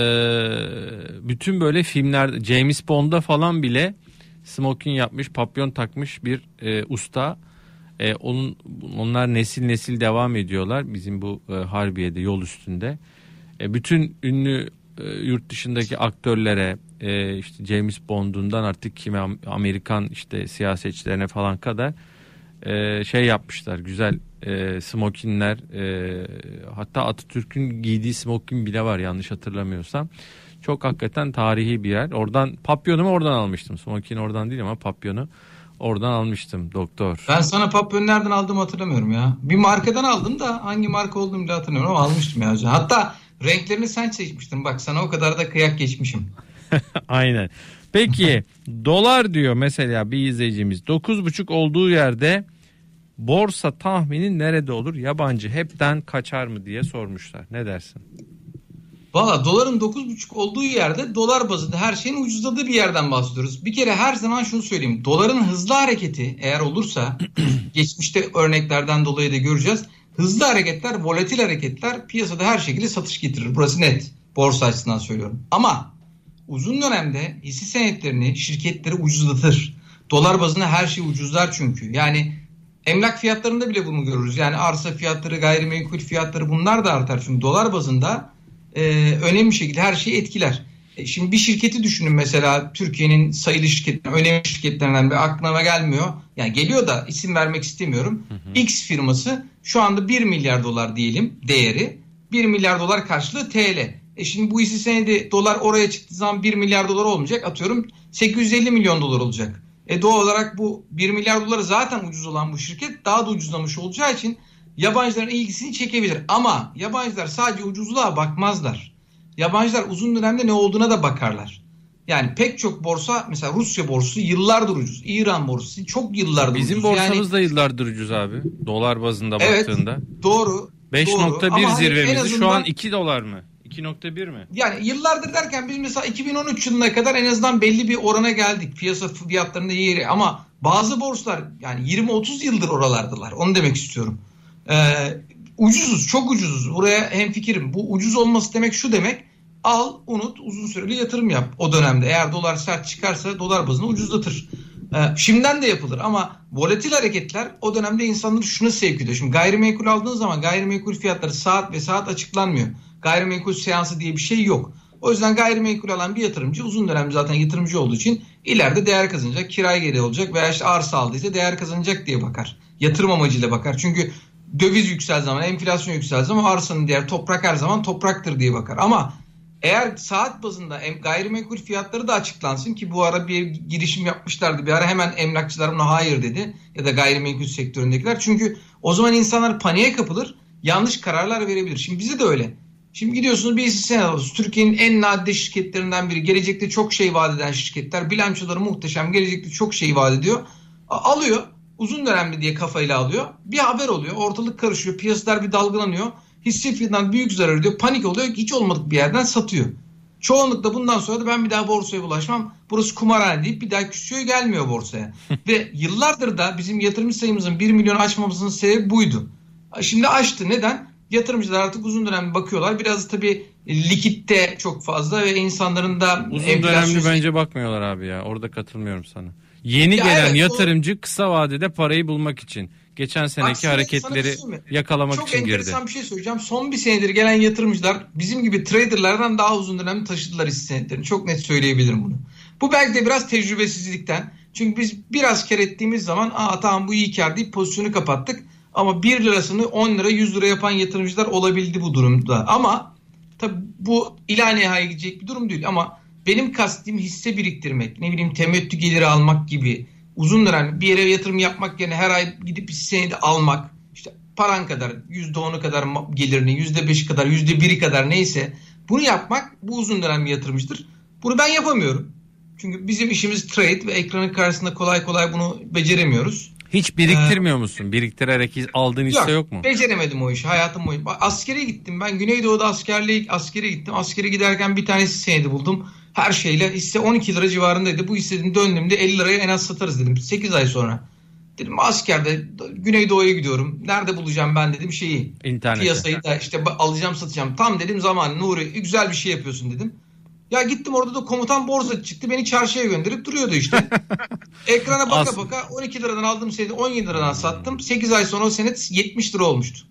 Speaker 1: bütün böyle filmler, James Bond'da falan bile smoking yapmış, papyon takmış bir e, usta. E, onun onlar nesil nesil devam ediyorlar bizim bu e, Harbiye'de, yol üstünde. E, bütün ünlü e, yurt dışındaki aktörlere, e, işte James Bond'undan artık kime, Amerikan işte siyasetçilerine falan kadar e, şey yapmışlar. Güzel e, smokinler, e, hatta Atatürk'ün giydiği smokin bile var yanlış hatırlamıyorsam. Çok hakikaten tarihi bir yer. Oradan papyonumu oradan almıştım. Smokin oradan değil ama papyonu oradan almıştım doktor.
Speaker 2: Ben sana papyonu nereden aldığımı hatırlamıyorum ya. Bir markadan aldım da hangi marka olduğumu bile hatırlamıyorum ama almıştım ya. Hatta renklerini sen seçmiştin. Bak sana o kadar da kıyak geçmişim.
Speaker 1: Aynen. Peki dolar diyor mesela bir izleyicimiz. dokuz buçuk olduğu yerde borsa tahmini nerede olur? Yabancı hepten kaçar mı diye sormuşlar. Ne dersin?
Speaker 2: Valla doların dokuz buçuk olduğu yerde dolar bazında her şeyin ucuzladığı bir yerden bahsediyoruz. Bir kere her zaman şunu söyleyeyim. Doların hızlı hareketi eğer olursa geçmişte örneklerden dolayı da göreceğiz. Hızlı hareketler, volatil hareketler piyasada her şekilde satış getirir. Burası net. Borsa açısından söylüyorum. Ama uzun dönemde hisse senetlerini, şirketleri ucuzlatır. Dolar bazında her şey ucuzlar çünkü. Yani emlak fiyatlarında bile bunu görürüz. Yani arsa fiyatları, gayrimenkul fiyatları bunlar da artar. Çünkü dolar bazında e, önemli bir şekilde her şeyi etkiler. E, şimdi bir şirketi düşünün mesela, Türkiye'nin sayılı şirketler, önemli şirketlerinden bir aklıma gelmiyor. Yani geliyor da isim vermek istemiyorum. Hı hı. X firması şu anda bir milyar dolar diyelim değeri. bir milyar dolar karşılığı T L. E şimdi bu hisse senedi dolar oraya çıktığı zaman bir milyar dolar olmayacak. Atıyorum sekiz yüz elli milyon dolar olacak. E doğal olarak bu bir milyar doları zaten ucuz olan bu şirket daha da ucuzlamış olacağı için yabancıların ilgisini çekebilir. Ama yabancılar sadece ucuzluğa bakmazlar. Yabancılar uzun dönemde ne olduğuna da bakarlar. Yani pek çok borsa, mesela Rusya borsası yıllardır ucuz. İran borsası çok yıllardır
Speaker 1: Bizim
Speaker 2: ucuz.
Speaker 1: borsamız
Speaker 2: yani,
Speaker 1: da yıllardır ucuz abi. Dolar bazında
Speaker 2: evet,
Speaker 1: baktığında.
Speaker 2: Doğru.
Speaker 1: beş nokta bir zirvemizdi.
Speaker 2: Azından,
Speaker 1: şu an iki dolar mı? iki nokta bir mi?
Speaker 2: Yani yıllardır derken biz mesela iki bin on üç yılına kadar en azından belli bir orana geldik. Piyasa fiyatlarında yeri, ama bazı borsalar yani yirmi otuz yıldır oralardılar. Onu demek istiyorum. Ee, ucuzuz, çok ucuzuz. Buraya hemfikirim. Bu ucuz olması demek şu demek. Al, unut, uzun süreli yatırım yap o dönemde. Eğer dolar sert çıkarsa dolar bazını ucuzlatır. Ee, şimdiden de yapılır ama volatil hareketler o dönemde insanları şuna sevk ediyor. Şimdi gayrimenkul aldığın zaman gayrimenkul fiyatları saat ve saat açıklanmıyor. Gayrimenkul seansı diye bir şey yok. O yüzden gayrimenkul alan bir yatırımcı uzun dönemde zaten yatırımcı olduğu için ileride değer kazanacak, kiraya geri olacak veya işte arsa aldıysa değer kazanacak diye bakar. Yatırım amacıyla bakar. Çünkü döviz yüksel zaman, enflasyon yüksel zaman arsanın değeri, toprak her zaman topraktır diye bakar. Ama eğer saat bazında gayrimenkul fiyatları da açıklansın, ki bu ara bir girişim yapmışlardı. Bir ara hemen emlakçılar buna hayır dedi ya da gayrimenkul sektöründekiler. Çünkü o zaman insanlar paniğe kapılır, yanlış kararlar verebilir. Şimdi bize de öyle. Şimdi gidiyorsunuz bir hisse senedi alıyorsunuz. Türkiye'nin en nadide şirketlerinden biri. Gelecekte çok şey vaat eden şirketler. Bilançoları muhteşem. Gelecekte çok şey vaat ediyor. Alıyor. Uzun dönemli diye kafayla alıyor. Bir haber oluyor. Ortalık karışıyor. Piyasalar bir dalgalanıyor. Hisse fiyatından büyük zarar ediyor. Panik oluyor. Hiç olmadık bir yerden satıyor. Çoğunlukla bundan sonra da ben bir daha borsaya bulaşmam. Burası kumarhane deyip bir daha küsüyor, gelmiyor borsaya. Ve yıllardır da bizim yatırımcı sayımızın bir milyon aşmamızın sebebi buydu. Şimdi aştı. Neden? Yatırımcılar artık uzun dönemli bakıyorlar. Biraz tabii likitte çok fazla ve insanların da
Speaker 1: uzun dönemli bence bakmıyorlar abi ya. Orada katılmıyorum sana. Yeni
Speaker 2: ya
Speaker 1: gelen
Speaker 2: evet,
Speaker 1: yatırımcı
Speaker 2: o...
Speaker 1: kısa vadede parayı bulmak için. Geçen seneki
Speaker 2: Aksine
Speaker 1: hareketleri yakalamak
Speaker 2: çok
Speaker 1: için girdi. Çok
Speaker 2: enteresan bir şey söyleyeceğim. Son bir senedir gelen yatırımcılar bizim gibi traderlardan daha uzun dönemli taşıdılar hisse senetlerini. Çok net söyleyebilirim bunu. Bu belki de biraz tecrübesizlikten. Çünkü biz biraz kar ettiğimiz zaman aa tamam bu iyi kar deyip pozisyonu kapattık. Ama bir lirasını on lira yüz lira yapan yatırımcılar olabildi bu durumda. Ama tabii bu ila nihaya gidecek bir durum değil. Ama benim kastım hisse biriktirmek, ne bileyim temettü geliri almak gibi uzun dönem bir yere yatırım yapmak yerine her ay gidip hisse senedi almak, işte paran kadar yüzde onu kadar gelirini, yüzde beşi kadar, yüzde biri kadar neyse bunu yapmak bu uzun dönem bir yatırımcıdır. Bunu ben yapamıyorum. Çünkü bizim işimiz trade ve ekranın karşısında kolay kolay bunu beceremiyoruz.
Speaker 1: Hiç biriktirmiyor ee, musun? Biriktirerek aldığın hisse yok, yok mu?
Speaker 2: Beceremedim o işi. Hayatım boyunca. Askere gittim. Ben Güneydoğu'da askerliğe askere gittim. Askere giderken bir tane hisse senedi buldum. Her şeyle hisse on iki lira civarındaydı. Bu hissenin döndüğümde elli liraya en az satarız dedim. sekiz ay sonra. Dedim askerde Güneydoğu'ya gidiyorum. Nerede bulacağım ben dedim şeyi. İnternette. Piyasayı da işte alacağım satacağım. Tam dedim zaman Nuri güzel bir şey yapıyorsun dedim. Ya gittim orada da komutan borsa çıktı. Beni çarşıya gönderip duruyordu işte. Ekrana baka As- baka on iki liradan aldığım senedi on yedi liradan sattım. sekiz ay sonra o senet yetmiş lira olmuştu.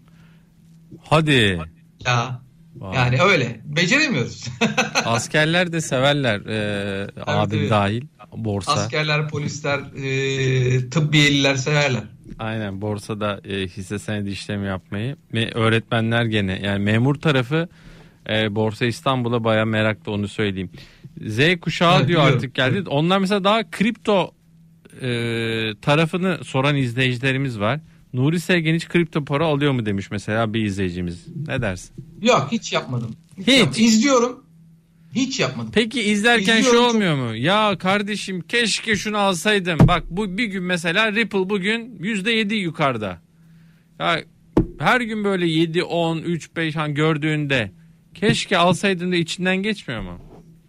Speaker 1: Hadi.
Speaker 2: Ya. Wow. Yani öyle. Beceremiyoruz.
Speaker 1: Askerler de severler. Ee, abim tabii. Dahil. Borsa.
Speaker 2: Askerler, polisler, e, tıbbiyeliler severler.
Speaker 1: Aynen borsada e, hisse senedi işlemi yapmayı. Ve öğretmenler gene yani memur tarafı e, Borsa İstanbul'a bayağı meraklı, onu söyleyeyim. Z kuşağı evet, diyor biliyorum. Artık geldi. Evet. Onlar mesela daha kripto e, tarafını soran izleyicilerimiz var. Nuri Sevgen hiç kripto para alıyor mu demiş mesela bir izleyicimiz. Ne dersin?
Speaker 2: Yok hiç yapmadım.
Speaker 1: Hiç. hiç.
Speaker 2: İzliyorum. Hiç yapmadım.
Speaker 1: Peki izlerken İzliyorum şu olmuyor çok... mu? Ya kardeşim keşke şunu alsaydım. Bak bu bir gün mesela Ripple bugün yüzde yedi yukarıda. Ya her gün böyle yedi, on, üç, beş hani gördüğünde keşke alsaydım da içinden geçmiyor mu?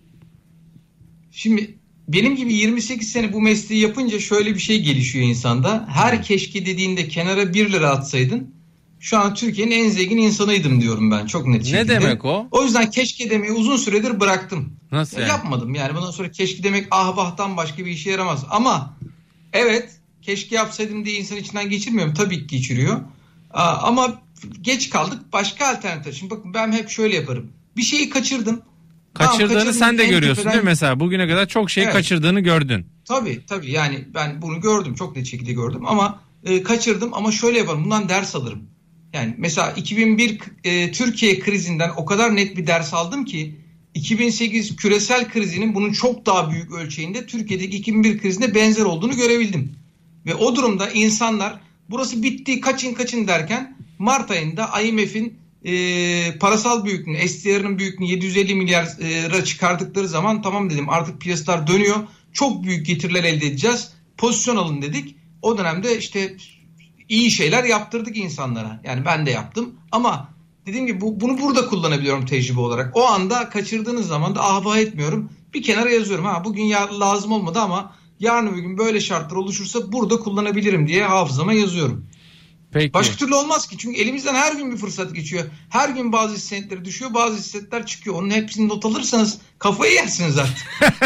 Speaker 2: Şimdi benim gibi yirmi sekiz sene bu mesleği yapınca şöyle bir şey gelişiyor insanda. Her hmm. keşke dediğinde kenara bir lira atsaydın şu an Türkiye'nin en zengin insanıydım diyorum ben çok net şekilde.
Speaker 1: Ne demek o?
Speaker 2: O yüzden keşke demeyi uzun süredir bıraktım.
Speaker 1: Nasıl yani?
Speaker 2: Yapmadım yani bundan sonra keşke demek ahvahtan başka bir işe yaramaz. Ama evet keşke yapsaydım diye insan içinden geçirmiyorum. Tabii ki geçiriyor. Ama geç kaldık, başka alternatif. Şimdi bakın ben hep şöyle yaparım. Bir şeyi kaçırdım.
Speaker 1: Kaçırdığını tamam, sen de görüyorsun tepeden... değil mi? Mesela bugüne kadar çok şey evet. kaçırdığını gördün.
Speaker 2: Tabii tabii yani ben bunu gördüm, çok net şekilde gördüm ama e, kaçırdım ama şöyle yaparım, bundan ders alırım. Yani mesela iki bin bir e, Türkiye krizinden o kadar net bir ders aldım ki iki bin sekiz küresel krizinin bunun çok daha büyük ölçeğinde Türkiye'deki iki bin bir krizine benzer olduğunu görebildim. Ve o durumda insanlar burası bitti kaçın kaçın derken Mart ayında I M F'in e, parasal büyüklüğünü, S T R'ın büyüklüğünü yedi yüz elli milyara çıkardıkları zaman tamam dedim artık piyasalar dönüyor. Çok büyük getiriler elde edeceğiz. Pozisyon alın dedik. O dönemde işte iyi şeyler yaptırdık insanlara. Yani ben de yaptım ama dediğim gibi bu, bunu burada kullanabiliyorum tecrübe olarak. O anda kaçırdığınız zaman da ahva etmiyorum. Bir kenara yazıyorum. Ha bugün ya, lazım olmadı ama yarın bir gün böyle şartlar oluşursa burada kullanabilirim diye hafızama yazıyorum.
Speaker 1: Peki.
Speaker 2: Başka türlü olmaz ki. Çünkü elimizden her gün bir fırsat geçiyor. Her gün bazı hissetleri düşüyor, bazı hissetler çıkıyor. Onun hepsini not alırsanız kafayı yersiniz artık.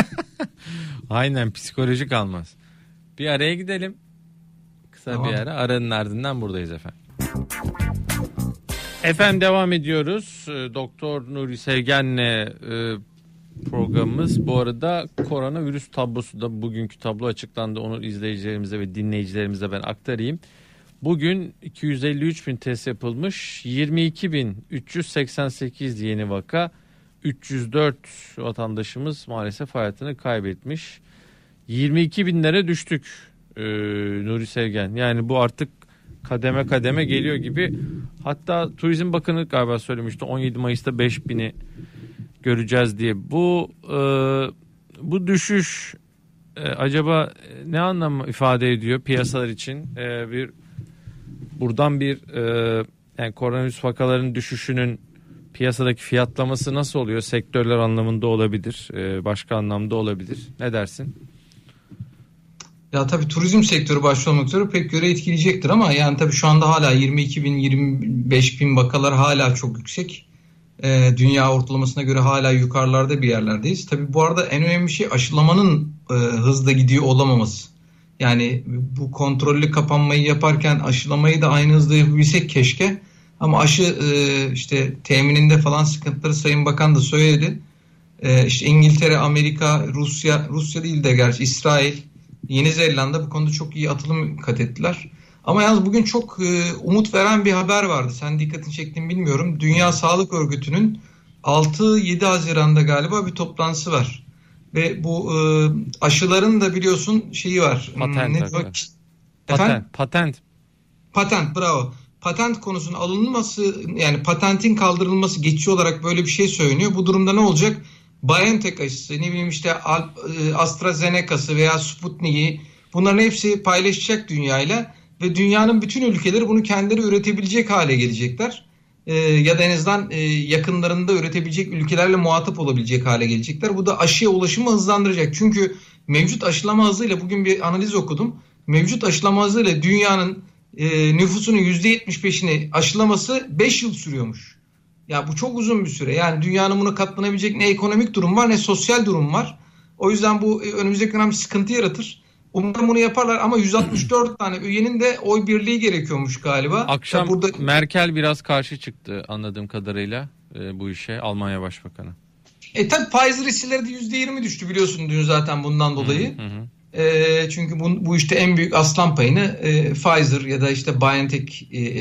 Speaker 1: Aynen, psikolojik almaz. Bir araya gidelim. Kısa tamam. bir ara. Aranın ardından buradayız efendim. Efendim devam ediyoruz. Doktor Nuri Sevgen'le e, programımız. Bu arada koronavirüs tablosu da bugünkü tablo açıklandı. Onu izleyicilerimize ve dinleyicilerimize ben aktarayım. Bugün iki yüz elli üç bin test yapılmış. yirmi iki bin üç yüz seksen sekiz yeni vaka. üç yüz dört vatandaşımız maalesef hayatını kaybetmiş. yirmi iki binlere düştük ee, Nuri Sevgen. Yani bu artık kademe kademe geliyor gibi. Hatta Turizm Bakanı galiba söylemişti on yedi Mayıs'ta beş bini göreceğiz diye. Bu e, bu düşüş e, acaba ne anlam ifade ediyor piyasalar için? E, bir buradan bir e, yani koronavirüs vakalarının düşüşünün piyasadaki fiyatlaması nasıl oluyor? Sektörler anlamında olabilir, e, başka anlamda olabilir. Ne dersin?
Speaker 2: Ya tabii turizm sektörü başta olmak üzere pek göre etkileyecektir ama yani tabii şu anda hala yirmi iki bin yirmi beş bin vakalar hala çok yüksek. Ee, dünya ortalamasına göre hala yukarılarda bir yerlerdeyiz. Tabii bu arada en önemli şey aşılamanın e, hızla gidiyor olamaması. Yani bu kontrollü kapanmayı yaparken aşılamayı da aynı hızda yapabilsek keşke. Ama aşı e, işte temininde falan sıkıntıları Sayın Bakan da söyledi. E, işte İngiltere, Amerika, Rusya, Rusya değil de gerçi İsrail, Yeni Zelanda bu konuda çok iyi atılım kat ettiler. Ama yalnız bugün çok e, umut veren bir haber vardı. Sen dikkatini çektin bilmiyorum. Dünya Sağlık Örgütü'nün altı yedi Haziran'da galiba bir toplantısı var. Ve bu e, aşıların da biliyorsun şeyi var.
Speaker 1: Patent.
Speaker 2: Ne
Speaker 1: Efendim? Patent. Patent.
Speaker 2: Patent bravo. Patent konusunun alınması yani patentin kaldırılması geçici olarak böyle bir şey söyleniyor. Bu durumda ne olacak? BioNTech aşısı, ne bileyim işte AstraZeneca'sı veya Sputnik'i bunların hepsi paylaşacak dünyayla ve dünyanın bütün ülkeleri bunu kendileri üretebilecek hale gelecekler. Ee, ya da en azından e, yakınlarında üretebilecek ülkelerle muhatap olabilecek hale gelecekler. Bu da aşıya ulaşımı hızlandıracak. Çünkü mevcut aşılama hızıyla bugün bir analiz okudum. Mevcut aşılama hızıyla dünyanın e, nüfusunun yüzde yetmiş beşini aşılaması beş yıl sürüyormuş. Ya bu çok uzun bir süre. Yani dünyanın buna katlanabilecek ne ekonomik durum var ne sosyal durum var. O yüzden bu önümüzdeki dönem sıkıntı yaratır. Umarım bunu yaparlar ama yüz altmış dört tane üyenin de oy birliği gerekiyormuş galiba.
Speaker 1: Akşam burada... Merkel biraz karşı çıktı anladığım kadarıyla e, bu işe, Almanya Başbakanı.
Speaker 2: E tabi Pfizer hisseleri de yüzde yirmi düştü biliyorsun dün zaten bundan dolayı. Hı hı. E, çünkü bu, bu işte en büyük aslan payını e, Pfizer ya da işte BioNTech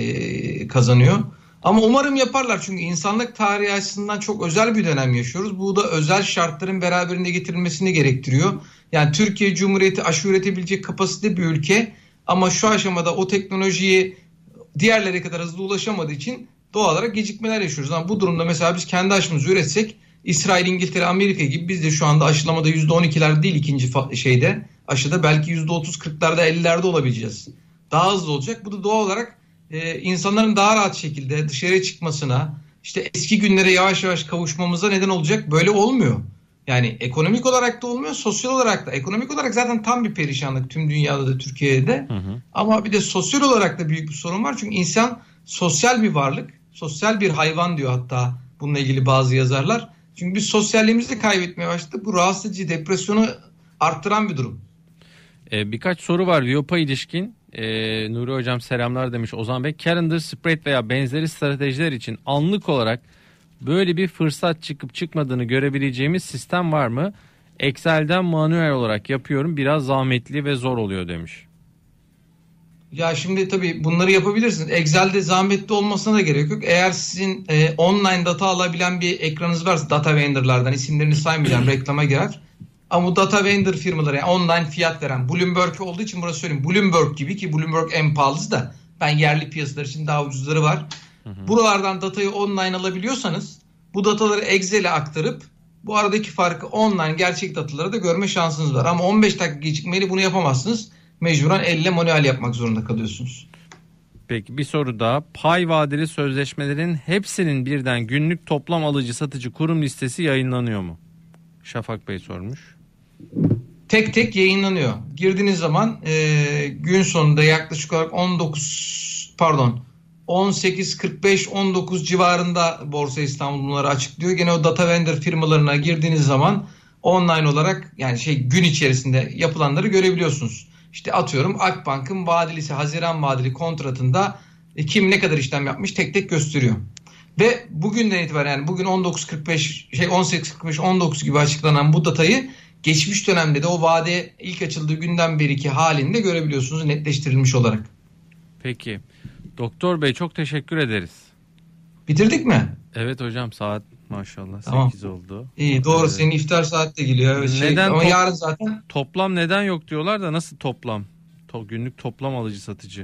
Speaker 2: e, kazanıyor. Ama umarım yaparlar çünkü insanlık tarihi açısından çok özel bir dönem yaşıyoruz. Bu da özel şartların beraberinde getirilmesini gerektiriyor. Yani Türkiye Cumhuriyeti aşı üretebilecek kapasite bir ülke ama şu aşamada o teknolojiyi diğerleri kadar hızlı ulaşamadığı için doğal olarak gecikmeler yaşıyoruz. Ama bu durumda mesela biz kendi aşımızı üretsek İsrail, İngiltere, Amerika gibi biz de şu anda aşılamada yüzde on ikiler değil ikinci şeyde aşıda belki yüzde otuz kırklarda ellilerde olabileceğiz. Daha hızlı olacak. Bu da doğal olarak e, insanların daha rahat şekilde dışarıya çıkmasına işte eski günlere yavaş yavaş kavuşmamıza neden olacak. Böyle olmuyor. Yani ekonomik olarak da olmuyor, sosyal olarak da. Ekonomik olarak zaten tam bir perişanlık tüm dünyada da Türkiye'de de. Hı hı. Ama bir de sosyal olarak da büyük bir sorun var. Çünkü insan sosyal bir varlık, sosyal bir hayvan diyor hatta bununla ilgili bazı yazarlar. Çünkü biz sosyalliğimizi kaybetmeye başladık. Bu rahatsız edici, depresyonu arttıran bir durum.
Speaker 1: Ee, birkaç soru var Viyop'a ilişkin. Ee, Nuri Hocam selamlar demiş Ozan Bey. Calendar, spread veya benzeri stratejiler için anlık olarak böyle bir fırsat çıkıp çıkmadığını görebileceğimiz sistem var mı? Excel'den manuel olarak yapıyorum. Biraz zahmetli ve zor oluyor demiş.
Speaker 2: Ya şimdi tabii bunları yapabilirsiniz. Excel'de zahmetli olmasına da gerek yok. Eğer sizin e, online data alabilen bir ekranınız varsa data vendorlardan isimlerini saymayacağım reklama girer. Ama bu data vendor firmaları yani online fiyat veren Bloomberg olduğu için burası söyleyeyim. Bloomberg gibi ki Bloomberg en pahalısı da ben yerli piyasalar için daha ucuzları var. Hı hı. Buralardan datayı online alabiliyorsanız bu dataları Excel'e aktarıp bu aradaki farkı online gerçek dataları da görme şansınız var. Ama on beş dakika gecikmeyle bunu yapamazsınız. Mecburen elle manuel yapmak zorunda kalıyorsunuz.
Speaker 1: Peki bir soru daha. Pay vadeli sözleşmelerin hepsinin birden günlük toplam alıcı satıcı kurum listesi yayınlanıyor mu? Şafak Bey sormuş.
Speaker 2: Tek tek yayınlanıyor. Girdiğiniz zaman e, gün sonunda yaklaşık olarak on dokuz pardon on sekiz kırk beş on dokuz civarında Borsa İstanbul bunları açıklıyor. Gene o data vendor firmalarına girdiğiniz zaman online olarak yani şey gün içerisinde yapılanları görebiliyorsunuz. İşte atıyorum Akbank'ın vadelisi Haziran vadeli kontratında e, kim ne kadar işlem yapmış tek tek gösteriyor. Ve bugünden itibaren yani bugün on dokuz kırk beş şey on sekiz kırk beş on dokuz gibi açıklanan bu datayı geçmiş dönemde de o vade ilk açıldığı günden beriki halinde görebiliyorsunuz netleştirilmiş olarak.
Speaker 1: Peki. Doktor Bey çok teşekkür ederiz.
Speaker 2: Bitirdik mi?
Speaker 1: Evet hocam saat maşallah
Speaker 2: tamam.
Speaker 1: sekiz oldu.
Speaker 2: İyi doğru ee, senin iftar saat de geliyor. Evet,
Speaker 1: neden
Speaker 2: şey, ama
Speaker 1: top,
Speaker 2: yarın zaten.
Speaker 1: Toplam neden yok diyorlar da nasıl toplam? To, günlük toplam alıcı satıcı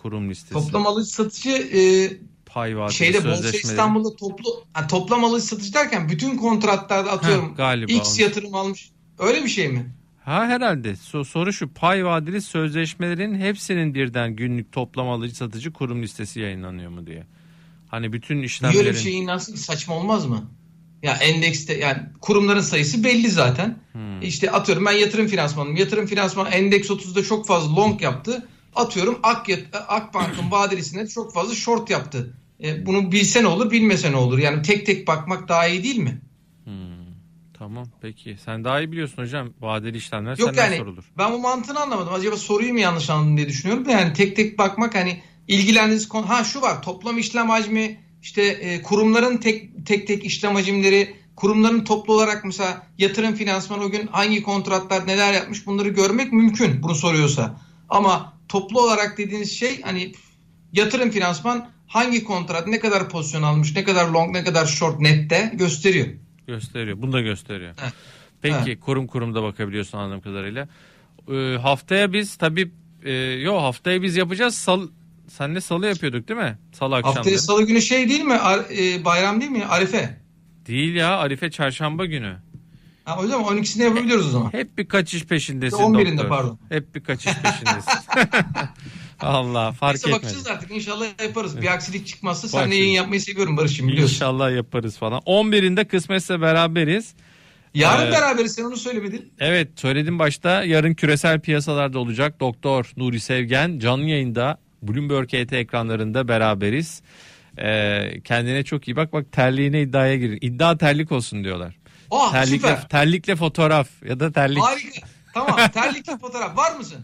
Speaker 1: kurum listesi.
Speaker 2: Toplam alıcı satıcı e,
Speaker 1: pay vadeli
Speaker 2: şeyde Borsa
Speaker 1: sözleşmeleri.
Speaker 2: İstanbul'da toplu ha, toplam alıcı satıcı derken bütün kontratlarda atıyorum
Speaker 1: Heh, galiba
Speaker 2: X
Speaker 1: onu.
Speaker 2: yatırım almış. Öyle bir şey mi?
Speaker 1: Ha herhalde. So- soru şu, pay vadeli sözleşmelerin hepsinin birden günlük toplam alıcı satıcı kurum listesi yayınlanıyor mu diye. Hani bütün
Speaker 2: Niye
Speaker 1: işlemlerin.
Speaker 2: öyle bir şeyin nasıl saçma olmaz mı? Ya endekste yani kurumların sayısı belli zaten.
Speaker 1: Hmm.
Speaker 2: İşte atıyorum ben yatırım finansmanım. Yatırım finansmanı endeks otuzda çok fazla long yaptı. Atıyorum Ak Akbank'ın vadelisinde çok fazla short yaptı. E, bunu bilse ne olur, bilmese ne olur? Yani tek tek bakmak daha iyi değil mi?
Speaker 1: Hmm. Tamam peki. Sen daha iyi biliyorsun hocam. Vadeli işlemler
Speaker 2: Yok
Speaker 1: senden
Speaker 2: yani
Speaker 1: sorulur.
Speaker 2: ben bu mantığını anlamadım. Acaba soruyu mu yanlış anladım diye düşünüyorum da yani tek tek bakmak hani ilgilendiğiniz konu. Ha şu var, toplam işlem hacmi, işte e, kurumların tek tek tek işlem hacimleri, kurumların toplu olarak mesela yatırım finansmanı o gün hangi kontratlar neler yapmış bunları görmek mümkün bunu soruyorsa. Ama toplu olarak dediğiniz şey hani yatırım finansman hangi kontrat ne kadar pozisyon almış, ne kadar long, ne kadar short nette gösteriyor.
Speaker 1: Gösteriyor. Bunu da gösteriyor.
Speaker 2: Evet.
Speaker 1: Peki
Speaker 2: Evet.
Speaker 1: kurum kurumda bakabiliyorsun anladığım kadarıyla. Ee, haftaya biz tabii e, yo haftaya biz yapacağız. Sal, senle salı yapıyorduk değil mi? Salı akşamları.
Speaker 2: Haftaya salı günü şey değil mi? Ar- e, bayram değil mi? Arife.
Speaker 1: Değil ya, Arife çarşamba günü.
Speaker 2: Ha, o zaman on ikisinde yapabiliyoruz o zaman.
Speaker 1: Hep bir kaçış peşindesin
Speaker 2: on birinde
Speaker 1: doktor.
Speaker 2: pardon.
Speaker 1: Hep bir kaçış peşindesin. Allah fark
Speaker 2: Neyse
Speaker 1: etmedi.
Speaker 2: bakacağız artık inşallah yaparız. Bir aksilik çıkmazsa
Speaker 1: Bakacağız.
Speaker 2: seninle yayın yapmayı seviyorum Barış'ım biliyorsun.
Speaker 1: İnşallah yaparız falan. on birinde kısmetse beraberiz.
Speaker 2: Yarın
Speaker 1: Ee,
Speaker 2: beraberiz, sen onu söylemedin.
Speaker 1: Evet söyledim başta, yarın küresel piyasalarda olacak. Doktor Nuri Sevgen canlı yayında Bloomberg E T ekranlarında beraberiz. Ee, kendine çok iyi bak, bak terliğine iddiaya girin. İddia terlik olsun diyorlar.
Speaker 2: Oh
Speaker 1: terlikle,
Speaker 2: süper.
Speaker 1: terlikle fotoğraf ya da terlik.
Speaker 2: Harika. Tamam, terlikli fotoğraf var mısın?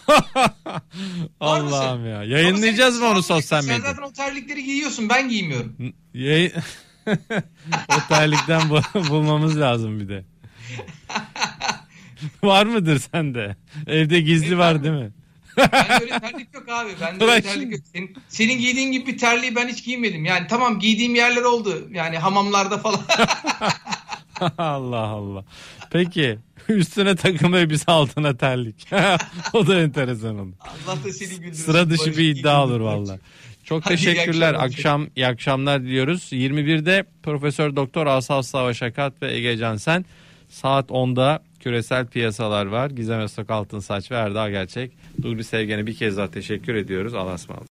Speaker 1: Allah'ım ya. Yayınlayacağız mı onu sosyal
Speaker 2: Sen
Speaker 1: medyada?
Speaker 2: zaten o terlikleri giyiyorsun, ben giymiyorum.
Speaker 1: Yayın... o terlikten bu- bulmamız lazım bir de. Var mıdır sende? Evde gizli
Speaker 2: Benim
Speaker 1: var
Speaker 2: var mı?
Speaker 1: değil mi?
Speaker 2: Bende öyle terlik yok abi. Bende öyle
Speaker 1: Bırak
Speaker 2: terlik
Speaker 1: şimdi.
Speaker 2: yok. Senin, senin giydiğin gibi bir terliği ben hiç giymedim. Yani tamam giydiğim yerler oldu. Yani hamamlarda falan.
Speaker 1: Allah Allah. Peki üstüne takım elbise altına terlik. O da enteresan olur.
Speaker 2: Allah da seni güldürsün.
Speaker 1: Sıra dışı
Speaker 2: Barış,
Speaker 1: bir
Speaker 2: iyi
Speaker 1: iddia
Speaker 2: güldür
Speaker 1: olur
Speaker 2: Barış.
Speaker 1: valla. Çok
Speaker 2: Hadi iyi
Speaker 1: teşekkürler.
Speaker 2: akşamlar.
Speaker 1: Akşam iyi akşamlar diliyoruz. yirmi birde Profesör Doktor Asaf Savaş Akat ve Ege Cansen. Saat onda küresel piyasalar var. Gizem Öztok Altınsaç ve Erdal Gerçek. Nuri Sevgen'e bir kez daha teşekkür ediyoruz. Allah'a ısmarladık.